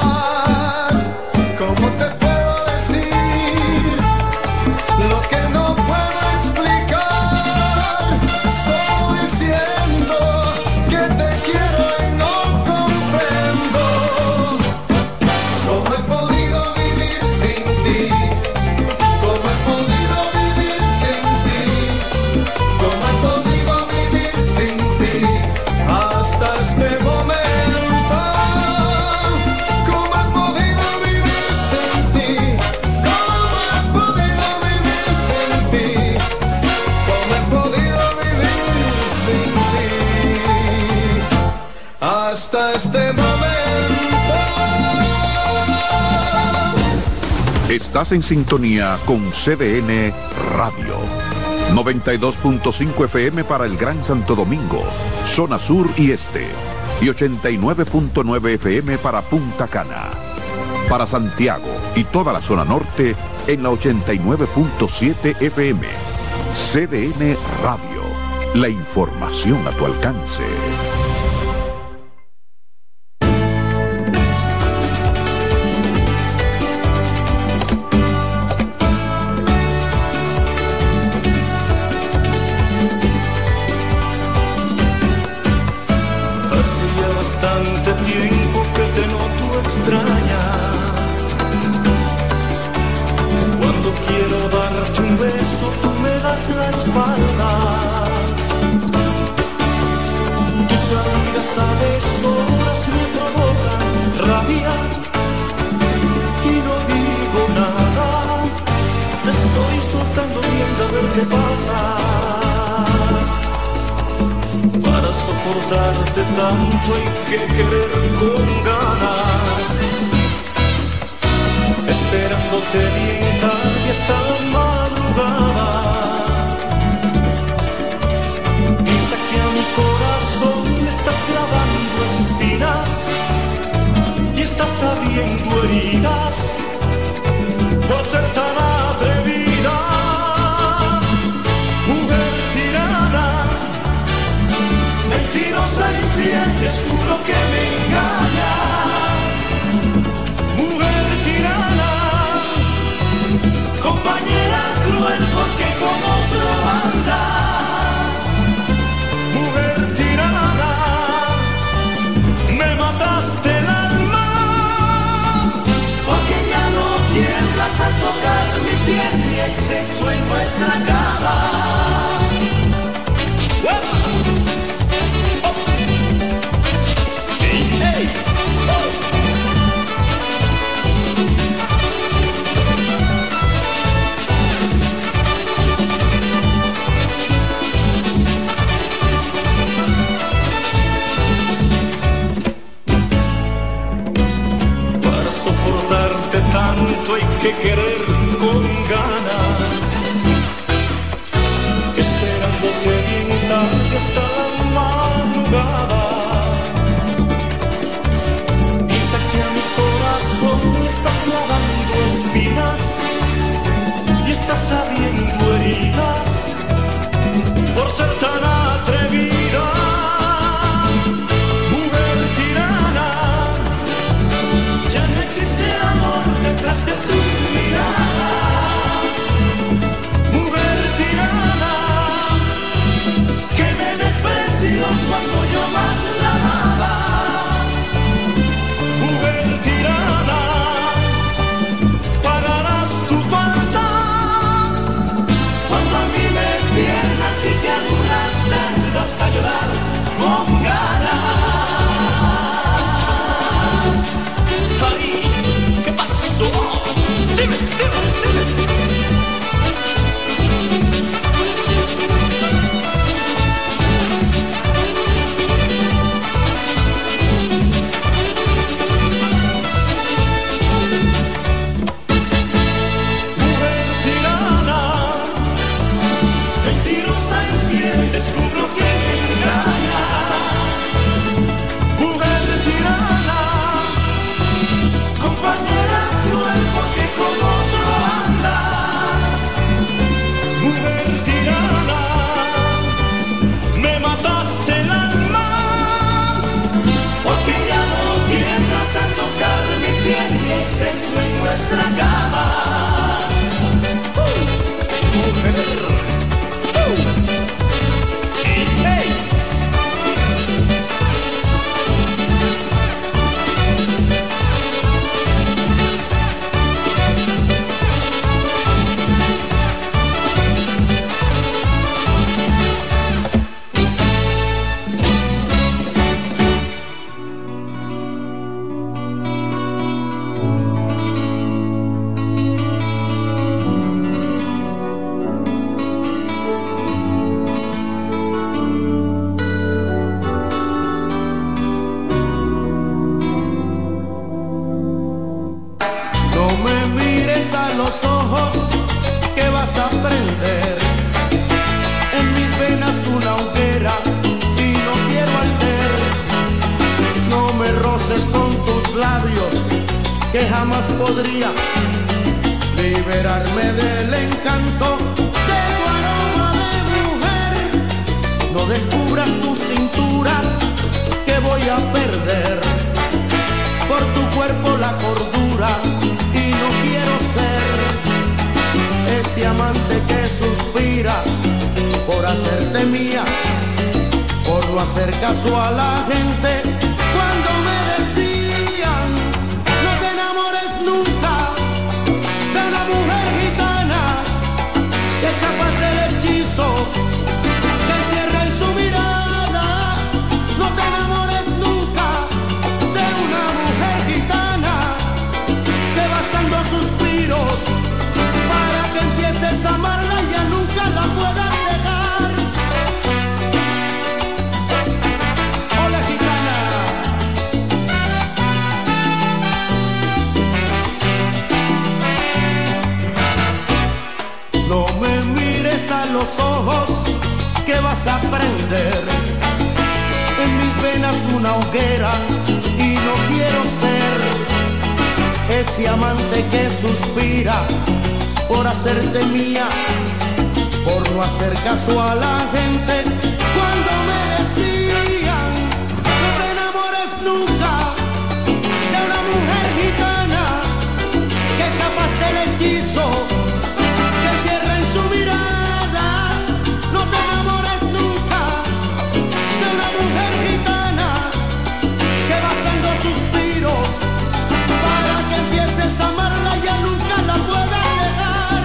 ¿Cómo te puedo decir lo que no puedo explicar? Solo diciendo que te quiero y no comprendo. ¿Cómo he podido vivir sin ti? ¿Cómo he podido vivir sin ti? ¿Cómo he podido vivir sin ti hasta este momento? ¿Cómo he podido vivir sin ti? ¿Cómo he podido vivir sin ti? ¿Cómo he podido vivir sin ti hasta este momento? Estás en sintonía con C D N Radio. noventa y dos punto cinco F M para el Gran Santo Domingo, zona sur y este. Y ochenta y nueve punto nueve F M para Punta Cana. Para Santiago y toda la zona norte en la ochenta y nueve punto siete F M. C D N Radio. La información a tu alcance. que pasa para soportarte tanto hay que querer con ganas, esperándote bien tarde hasta madrugada. Piensa que a mi corazón le estás clavando espinas y estás abriendo heridas por ser tan atrevida, mujer tirana, mentirosa, infiel, descubro que me engañas, mujer tirana, compañera cruel, porque con otro andas, mujer tirana, me mataste el alma, porque ya no tiemblas al tocar mi piel y hay sexo en nuestra cama. Tanto hay que querer con ganas, esperándote bien tarde hasta la madrugada. Piensa que a mi corazón le estás clavando espinas y estás abriendo heridas por ser tan atrevida, mujer tirana. Ya no existe amor detrás de tu mirada, mujer tirana, que me despreció cuando yo más la amaba, mujer tirana, pagarás tu falta cuando a mí me pierdas y te algunas tardas a llorar con ganas. ¿Qué pasó? Dime, dime, dime. Mujer tirana, mentirosa, infiel, descubro que me engañas. Mujer tirana, compañera cruel, porque con otro andas, mujer tirana, me mataste el alma, porque ya no tiemblas al tocar mi piel y el sexo en nuestra cama, uh, mujer, uh, y hey. Que jamás podría liberarme del encanto de tu aroma de mujer. No descubras tu cintura que voy a perder por tu cuerpo la cordura y no quiero ser ese amante que suspira por hacerte mía, por no hacer caso a la gente cuando me decían no te enamores nunca de una mujer gitana que es capaz del hechizo que encierra en su mirada. No te enamores nunca de una mujer gitana que bastando suspiros para que empieces a amarla ya nunca la para prender en mis venas una hoguera y no quiero ser ese amante que suspira por hacerte mía, por no hacer caso a la gente cuando me decían no te enamores nunca de una mujer gitana que es capaz del hechizo que encierra en su mirada. No te enamores nunca de una mujer gitana que bastan dos suspiros para que empieces a amarla y ya nunca la puedas dejar.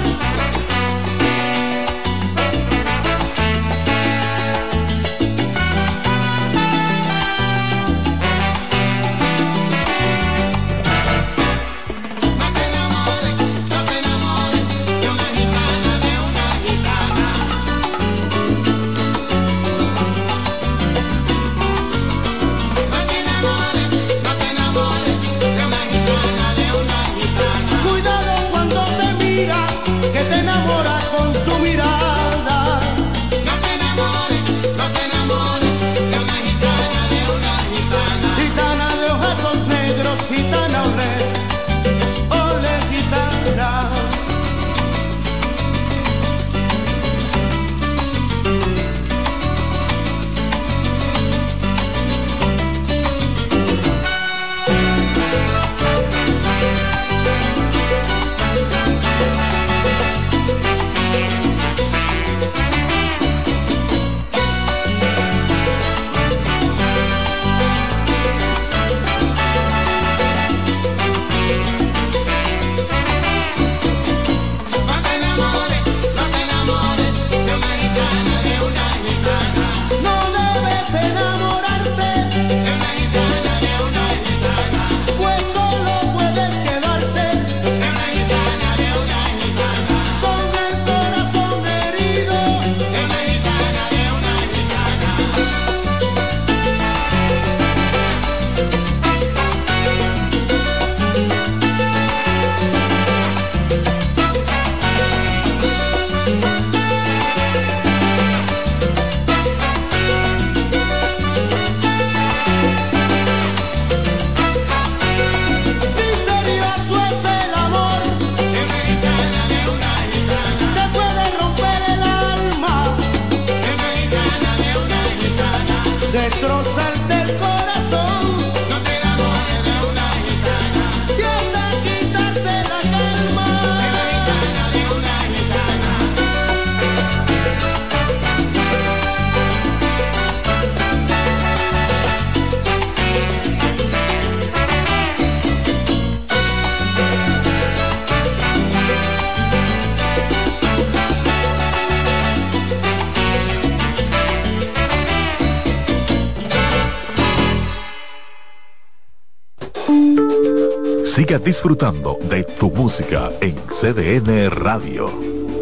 Siga disfrutando de tu música en C D N Radio.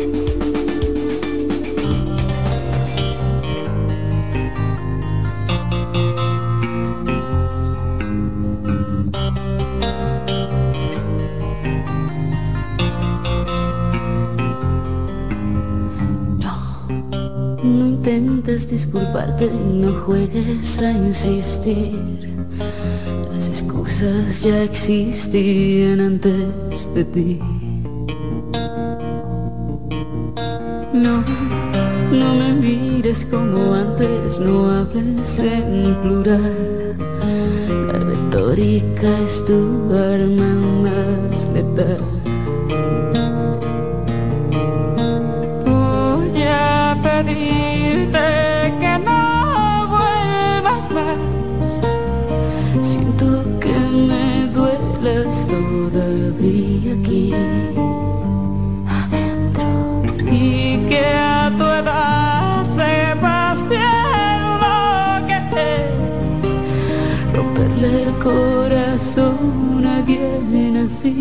No, no intentes disculparte, no juegues a insistir. Las excusas ya existían antes de ti. No, no me mires como antes, no hables en plural. La retórica es tu arma más letal. Voy a pedirte que no vuelvas más. Siento que me dueles todavía aquí adentro y que a tu edad sepas bien lo que es romperle el corazón a alguien así.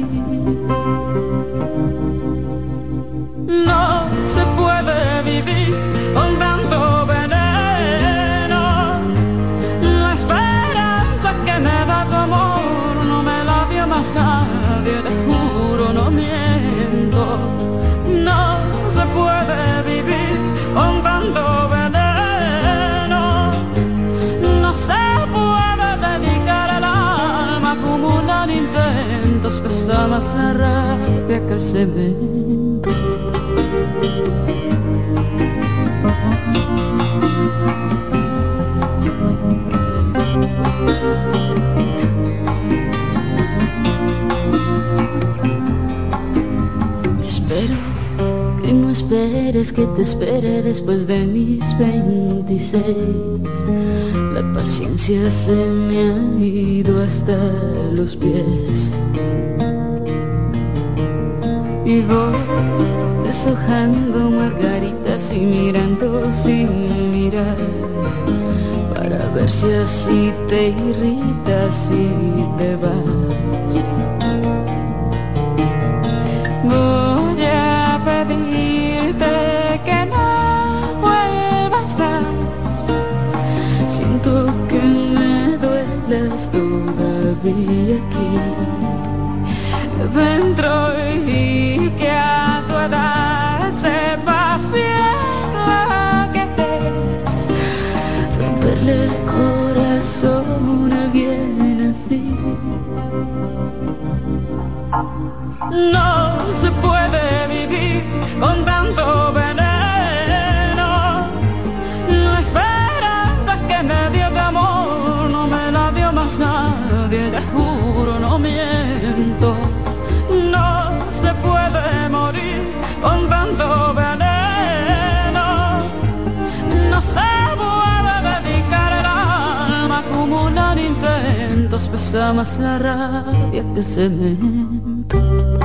No se puede vivir con tanto veneno. La esperanza que me da tu amor no me la dio más nadie, te juro, no miento. No se puede vivir con tanto veneno. pesa más la rabia que el cemento. Espero que no esperes que te espere después de mis veintiséis. La paciencia se me ha ido hasta los pies y voy deshojando margaritas y mirando sin mirar, para ver si así te irritas y te vas. Voy a pedirte que no vuelvas más. Siento que me duelas todavía aquí dentro y que a tu edad sepas bien lo que es romperle el corazón a alguien así. No se puede vivir con tanto veneno. La esperanza que me dio de amor no me la dio más nadie, te juro, no miento. No se puede morir con tanto veneno. No se puede dedicar el alma a acumular intentos, pesa más la rabia que el cemento.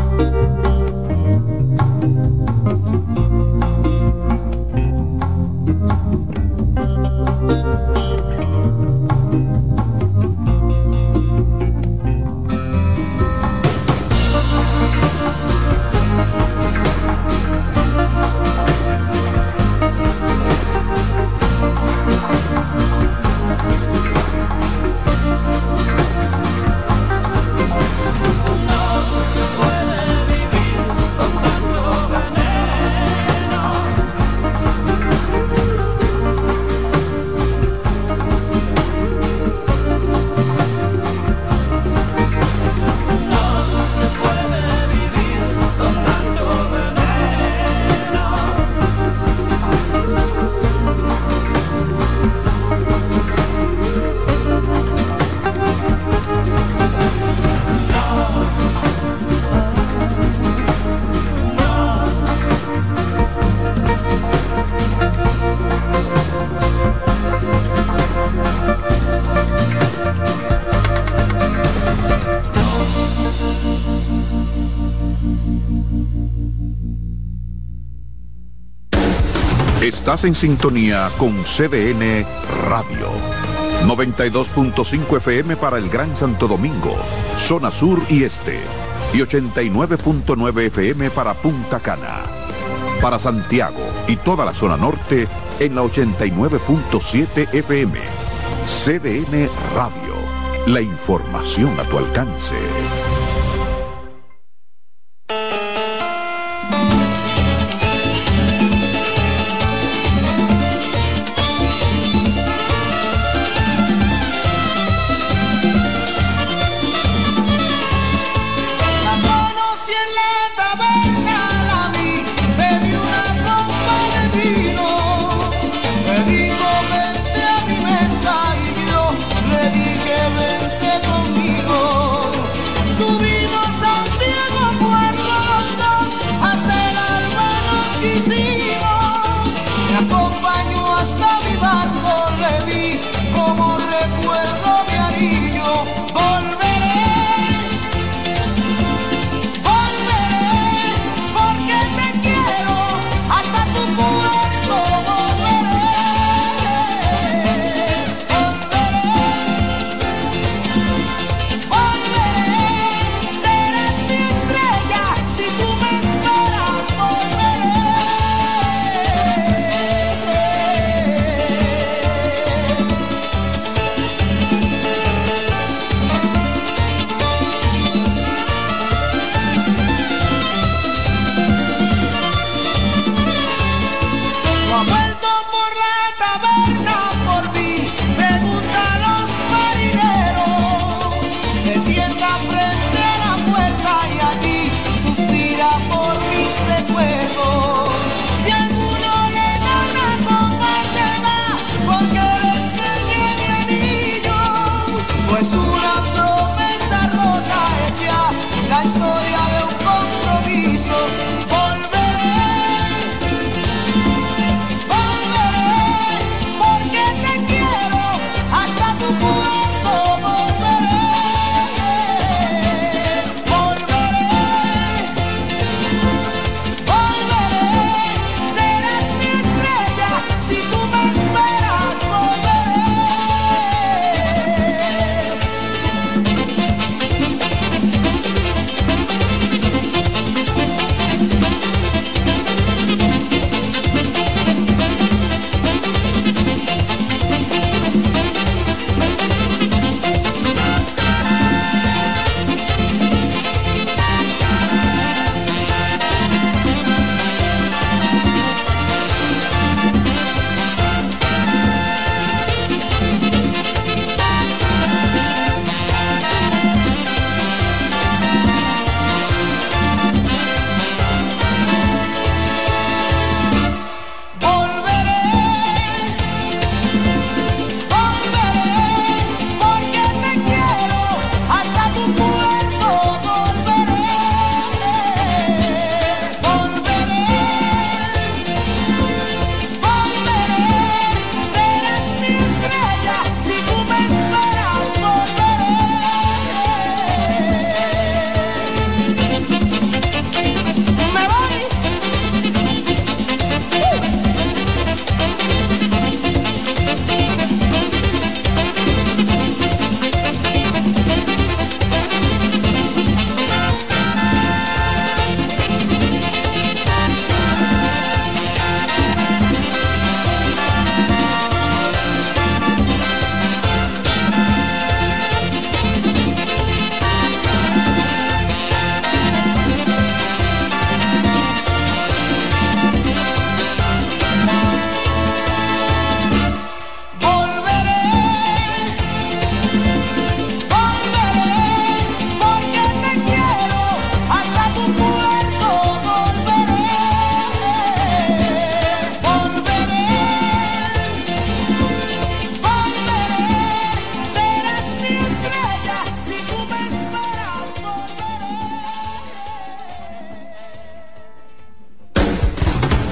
Estás en sintonía con C D N Radio. noventa y dos punto cinco F M para el Gran Santo Domingo, zona sur y este. Y ochenta y nueve punto nueve F M para Punta Cana. Para Santiago y toda la zona norte en la ochenta y nueve punto siete F M. C D N Radio. La información a tu alcance.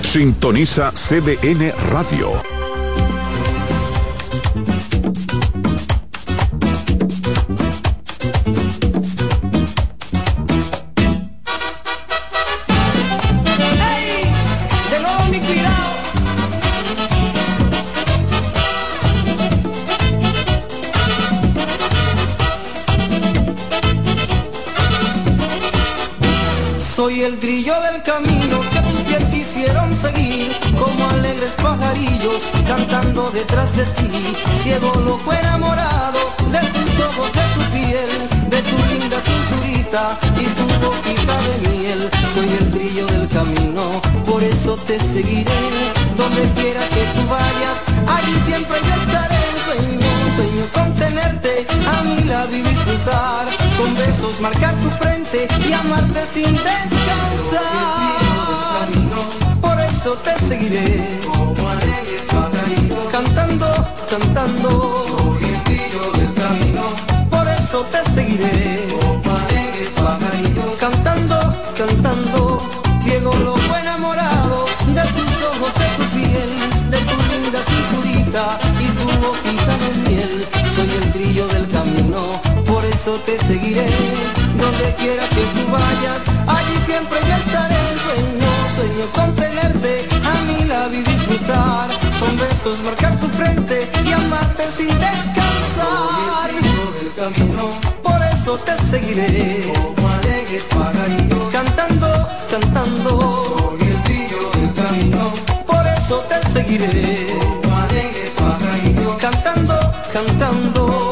Sintoniza C D N Radio. De nuevo mi cuidado. Soy el grillo del camino que tus pies quisieron seguir, como alegres pajarillos cantando detrás de ti. Ciego loco enamorado de tus ojos, de tu piel, de tu linda cinturita y tu boquita de miel. Soy el grillo del camino, por eso te seguiré. Donde quiera que tú vayas, allí siempre yo estaré. Sueño, sueño con tenerte a mi lado y disfrutar, con besos marcar tu frente y amarte sin descansar. Por eso te seguiré, como alegres pajarillos, cantando, cantando. Soy el grillo del camino. Por eso te seguiré, como alegres pajarillos, cantando, cantando. Ciego loco enamorado de tus ojos, de tu piel, de tu linda cinturita y tu boquita de miel. Soy el grillo del camino, por eso te seguiré. Donde quiera que tú vayas, allí siempre yo estaré. Sueño, sueño con tenerte a mi lado y disfrutar, con besos marcar tu frente y amarte sin descansar. Soy el grillo del camino, por eso te seguiré, como alegres pajarillos, cantando, cantando. Soy el grillo del camino, por eso te seguiré, como alegres pajarillos, cantando, cantando.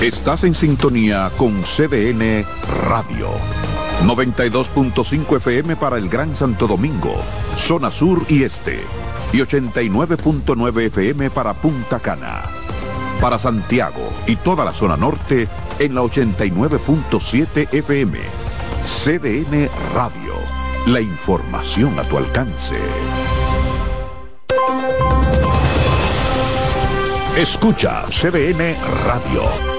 Estás en sintonía con C D N Radio. noventa y dos punto cinco F M para el Gran Santo Domingo, zona sur y este. Y ochenta y nueve punto nueve F M para Punta Cana. Para Santiago y toda la zona norte en la ochenta y nueve punto siete F M. C D N Radio. La información a tu alcance. Escucha C D N Radio.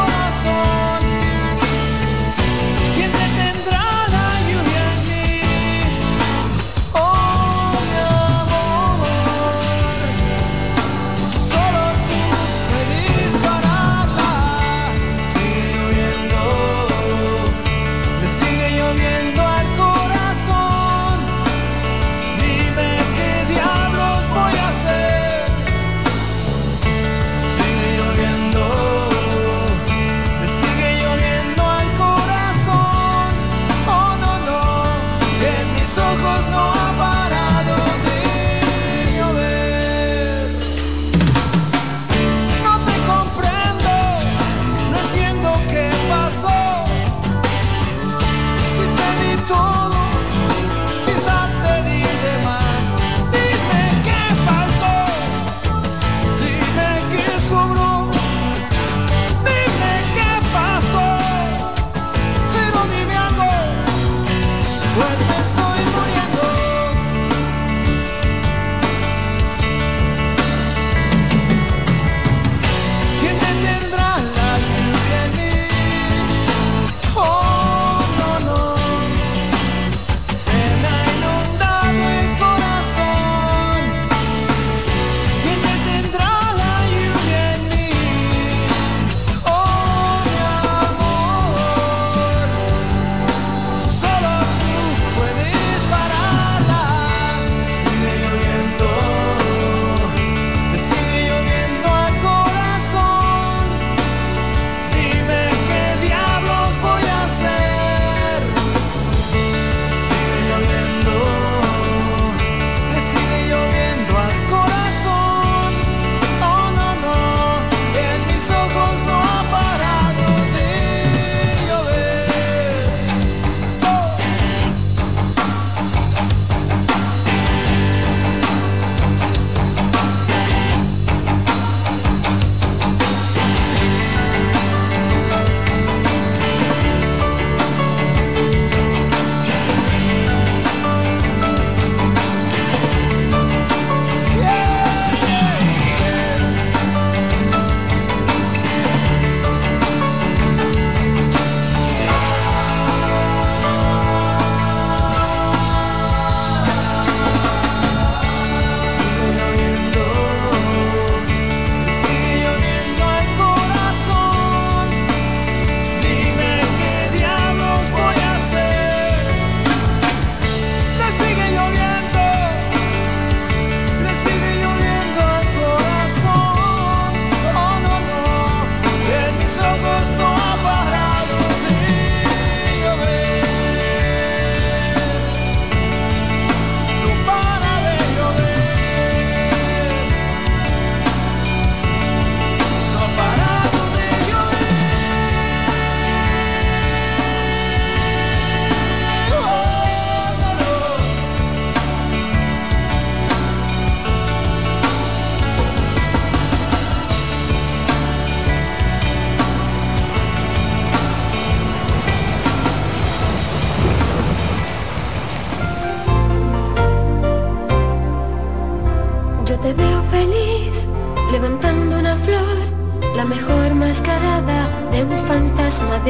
¿Quién detendrá la lluvia en mí?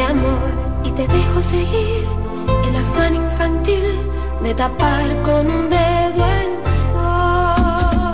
amor y te dejo seguir el afán infantil de tapar con un dedo el sol.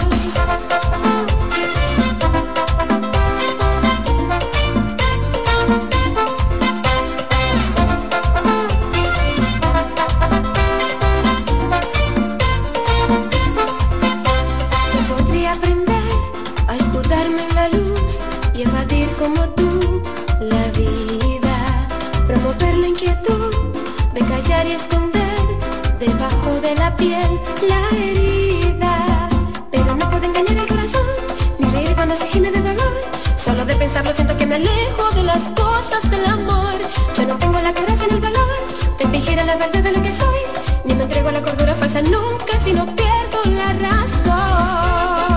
Yo podría aprender a escudarme en la luz y evadir como tú la vida, promover la inquietud de callar y esconder debajo de la piel la herida, pero no puedo engañar el corazón ni reír cuando se gime de dolor. Solo de pensarlo siento que me alejo de las cosas del amor. Yo no tengo la coraza ni el valor de fingir a la verdad de lo que soy, ni me entrego a la cordura falsa nunca si no pierdo la razón.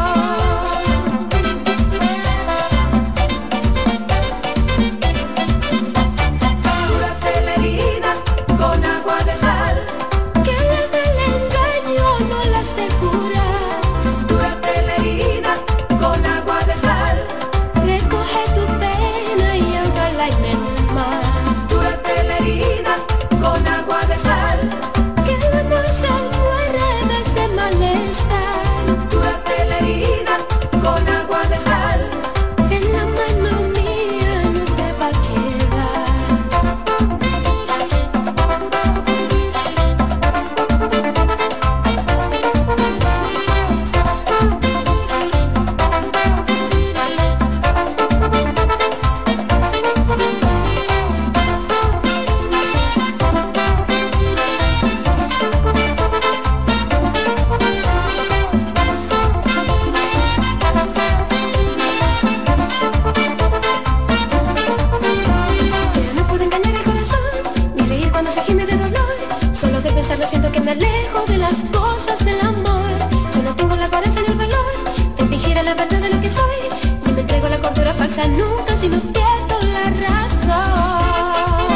Nunca si no pierdo la razón.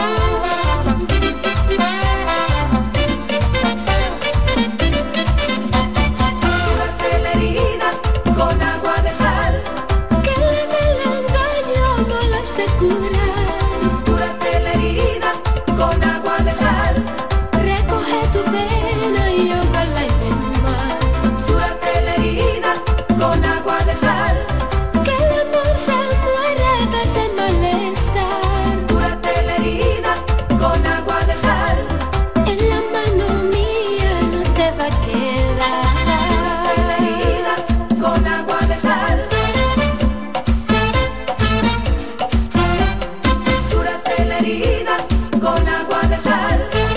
Cúrate la herida con agua de sal, que la del engaño no las te cura. Cúrate la herida con agua de sal, recoge tu pena y ahógala en el mar. Cúrate la herida con agua de sal, que el amor se muere de ese malestar. Cúrate la herida con agua de sal, en la mano mía no te va a quedar. Cúrate la herida con agua de sal, cúrate la herida con agua de sal,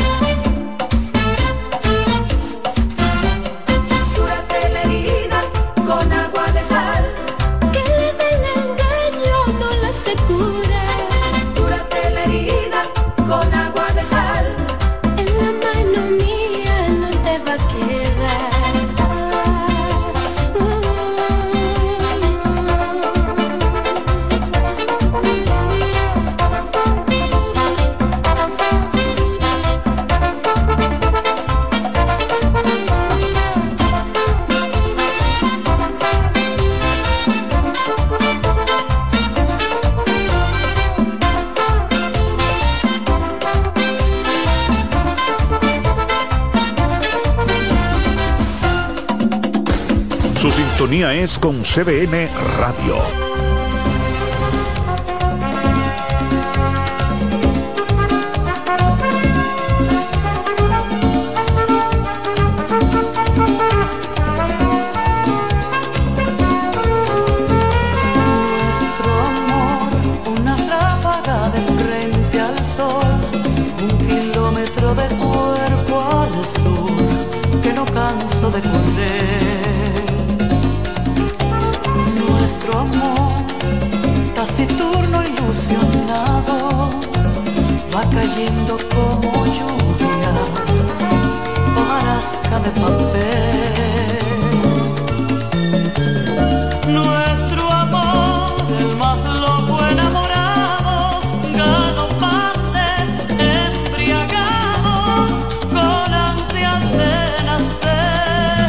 cúrate la herida con agua de sal, que el engaño no las te cura. Cúrate la herida con agua de sal, en la mano mía no te va a quedar. Su sintonía es con C B N Radio. Nuestro amor, una ráfaga de frente al sol, un kilómetro de cuerpo al sur, que no canso de correr. Nuestro amor, taciturno, ilusionado, va cayendo como lluvia, hojarasca de papel. Nuestro amor, el más loco enamorado, galopante, embriagado, con ansias de nacer.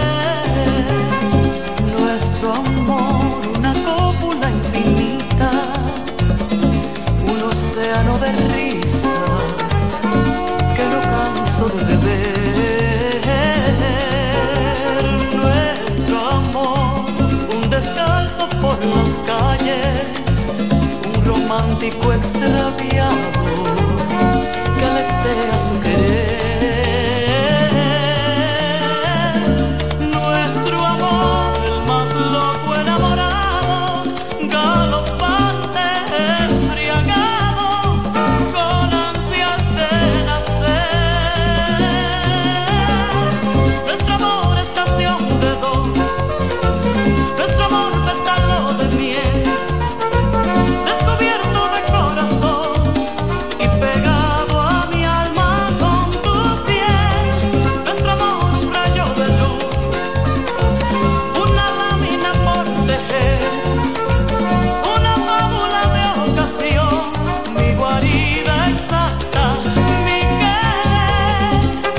Nuestro amor, una cópula infinita, un océano de ríos romántico extraviado que aletea su querer. Nuestro amor, el más loco enamorado, galopante, embriagado, con ansias de nacer. Nuestro amor, estación de dos, nuestro amor, pétalo de miel, descubierto de corazón y pegado a mi alma con tu piel. Nuestro amor, un rayo de luz, una lámina por tejer, una fábula de ocasión, mi guarida exacta, mi querer.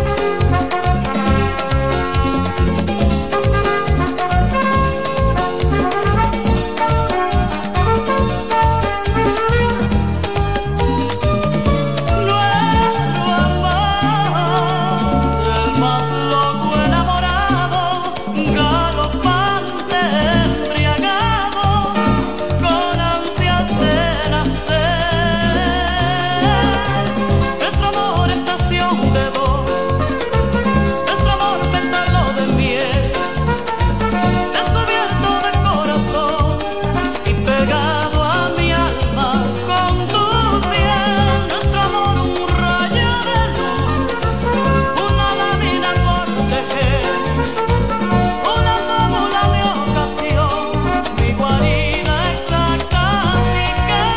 Nuestro amor, el más loco enamorado, galopante, embriagado, con ansias de nacer. Nuestro amor, estación de dos, nuestro amor, pétalo de miel, descubierto de corazón y pegado a mi alma con tu piel. Nuestro amor, un rayo de luz, una lámina por tejer, una fábula de ocasión, mi guarida exacta, mi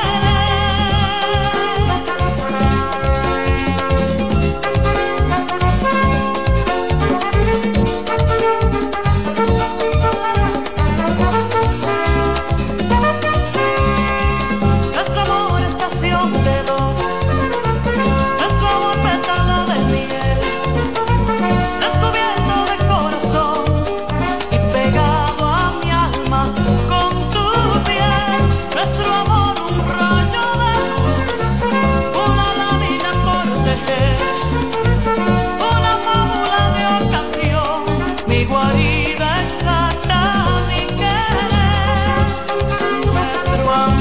Nuestro amor, estación de dos, nuestro amor, pétalo de miel, descubierto de corazón y pegado a mi alma con tu piel. Nuestro amor, un rayo de luz, una lámina por tejer, una fábula de ocasión, mi guarida exacta, mi querer. Nuestro amor.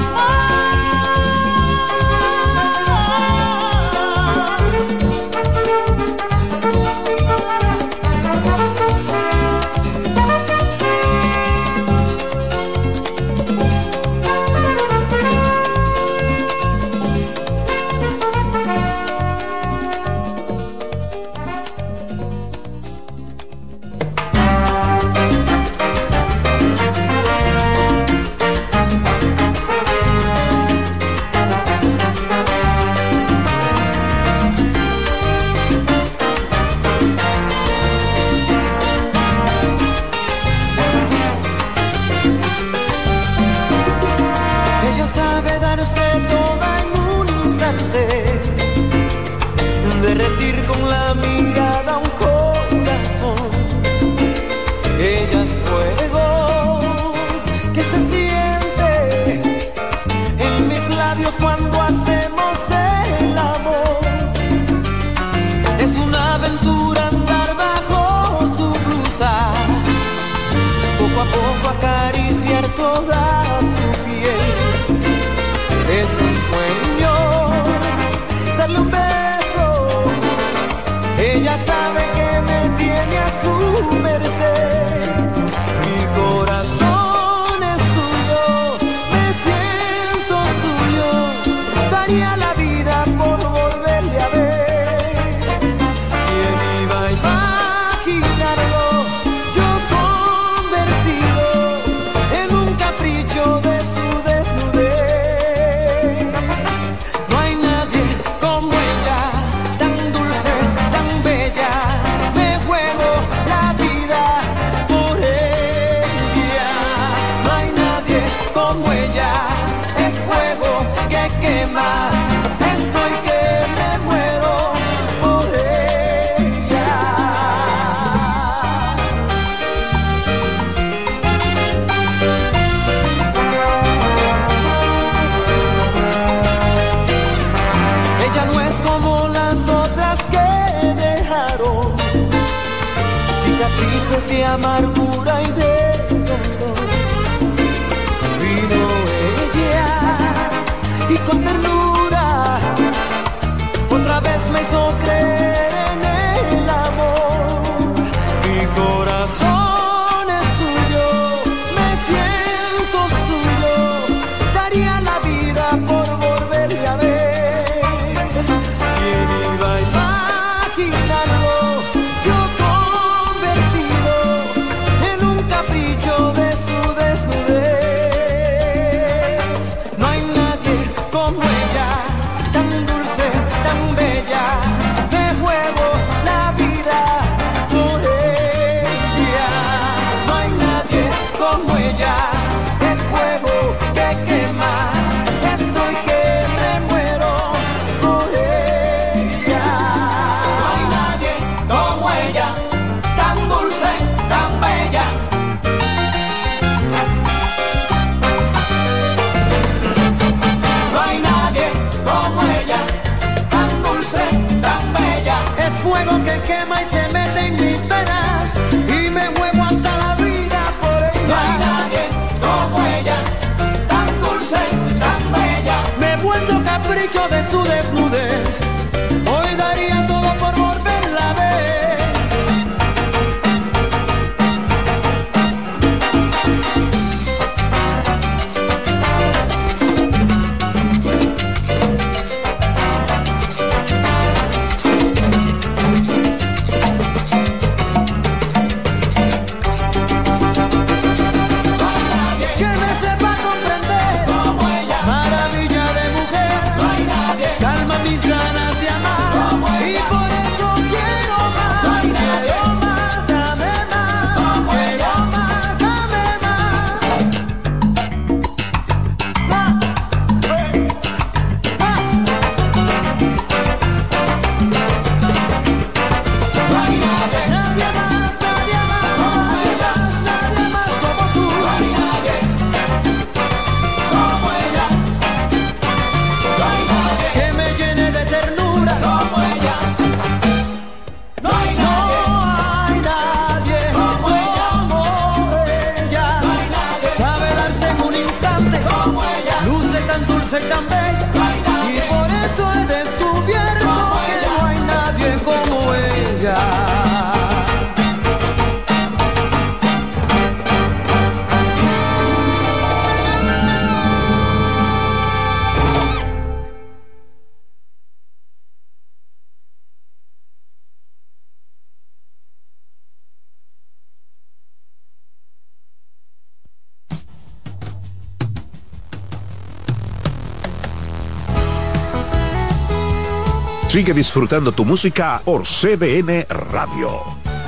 Ella sabe darse toda en un instante, derretir con la mirada un corazón. Ella es fuego que se siente en mis labios cuando hacemos el amor. Es una aventura andar bajo su blusa, poco a poco acariciar toda su piel. Es un sueño darle un beso. Ella sabe que me tiene a su merced. Mi corazón es suyo, me siento suyo. Daría la vida por volverle a ver. ¿Quién iba a imaginarlo? Yo convertido en un capricho de su desnudez. No hay nadie como ella, tan dulce, tan bella. Me juego la vida por ella. No hay nadie como ella, es fuego que quema. Estoy que me muero por ella. Ella no es como las otras que dejaron cicatrices de amargura y de dolor. Vino ella y con con ternura, otra vez me hizo creer en el amor. Mi corazón es suyo, me siento suyo, daría la vida por volverle a ver. ¿Quién iba a imaginarlo? Yo convertido en un capricho de su desnudez. No hay nadie como ella, tan dulce, tan bella. Me juego la vida por ella. No hay nadie como ella, es fuego que quema. Estoy que me muero por ella. No hay nadie como ella, tan dulce, tan bella. No hay nadie como ella, tan dulce, tan bella. Es fuego que quema y se mete en mis venas y me muevo hasta la vida por ella. No hay nadie como ella, tan dulce, tan bella. Me he vuelto capricho de su desnudez. Hoy daría todo por volverla a ver. Que me sepa comprender, Como ella, maravilla de mujer, no hay nadie, calma mis ganas de amar. Como Y ella. por eso quiero más, No hay nadie. quiero más, dame más, Como quiero ella. más, dame más. Ah, eh, ah. no hay nadie, Nadie más, nadie más, nadie más, nadie más como tú. no hay nadie, como ella, no hay nadie, Que me llene de ternura. como ella, no hay No nadie, hay nadie Como ella. como ella. no hay nadie, Sabe darse en un instante. como ella, Luce tan dulce y tan bella. no hay Y nadie, por eso he descubierto Como que ella. no hay nadie como ella. Sigue disfrutando tu música por C D N Radio.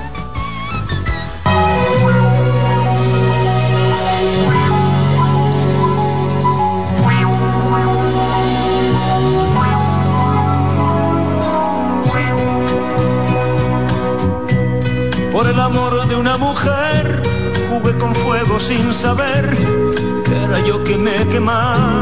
Por el amor de una mujer jugué con fuego sin saber que era yo quien me quemaba.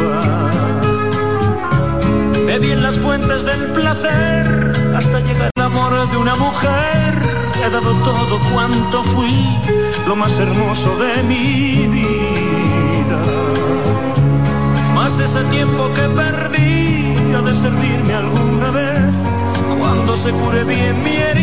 Bebí en las fuentes del placer hasta llegar al amor de una mujer. He dado todo cuanto fui, lo más hermoso de mi vida. Mas ese tiempo que perdí ha de servirme alguna vez cuando se cure bien mi herida.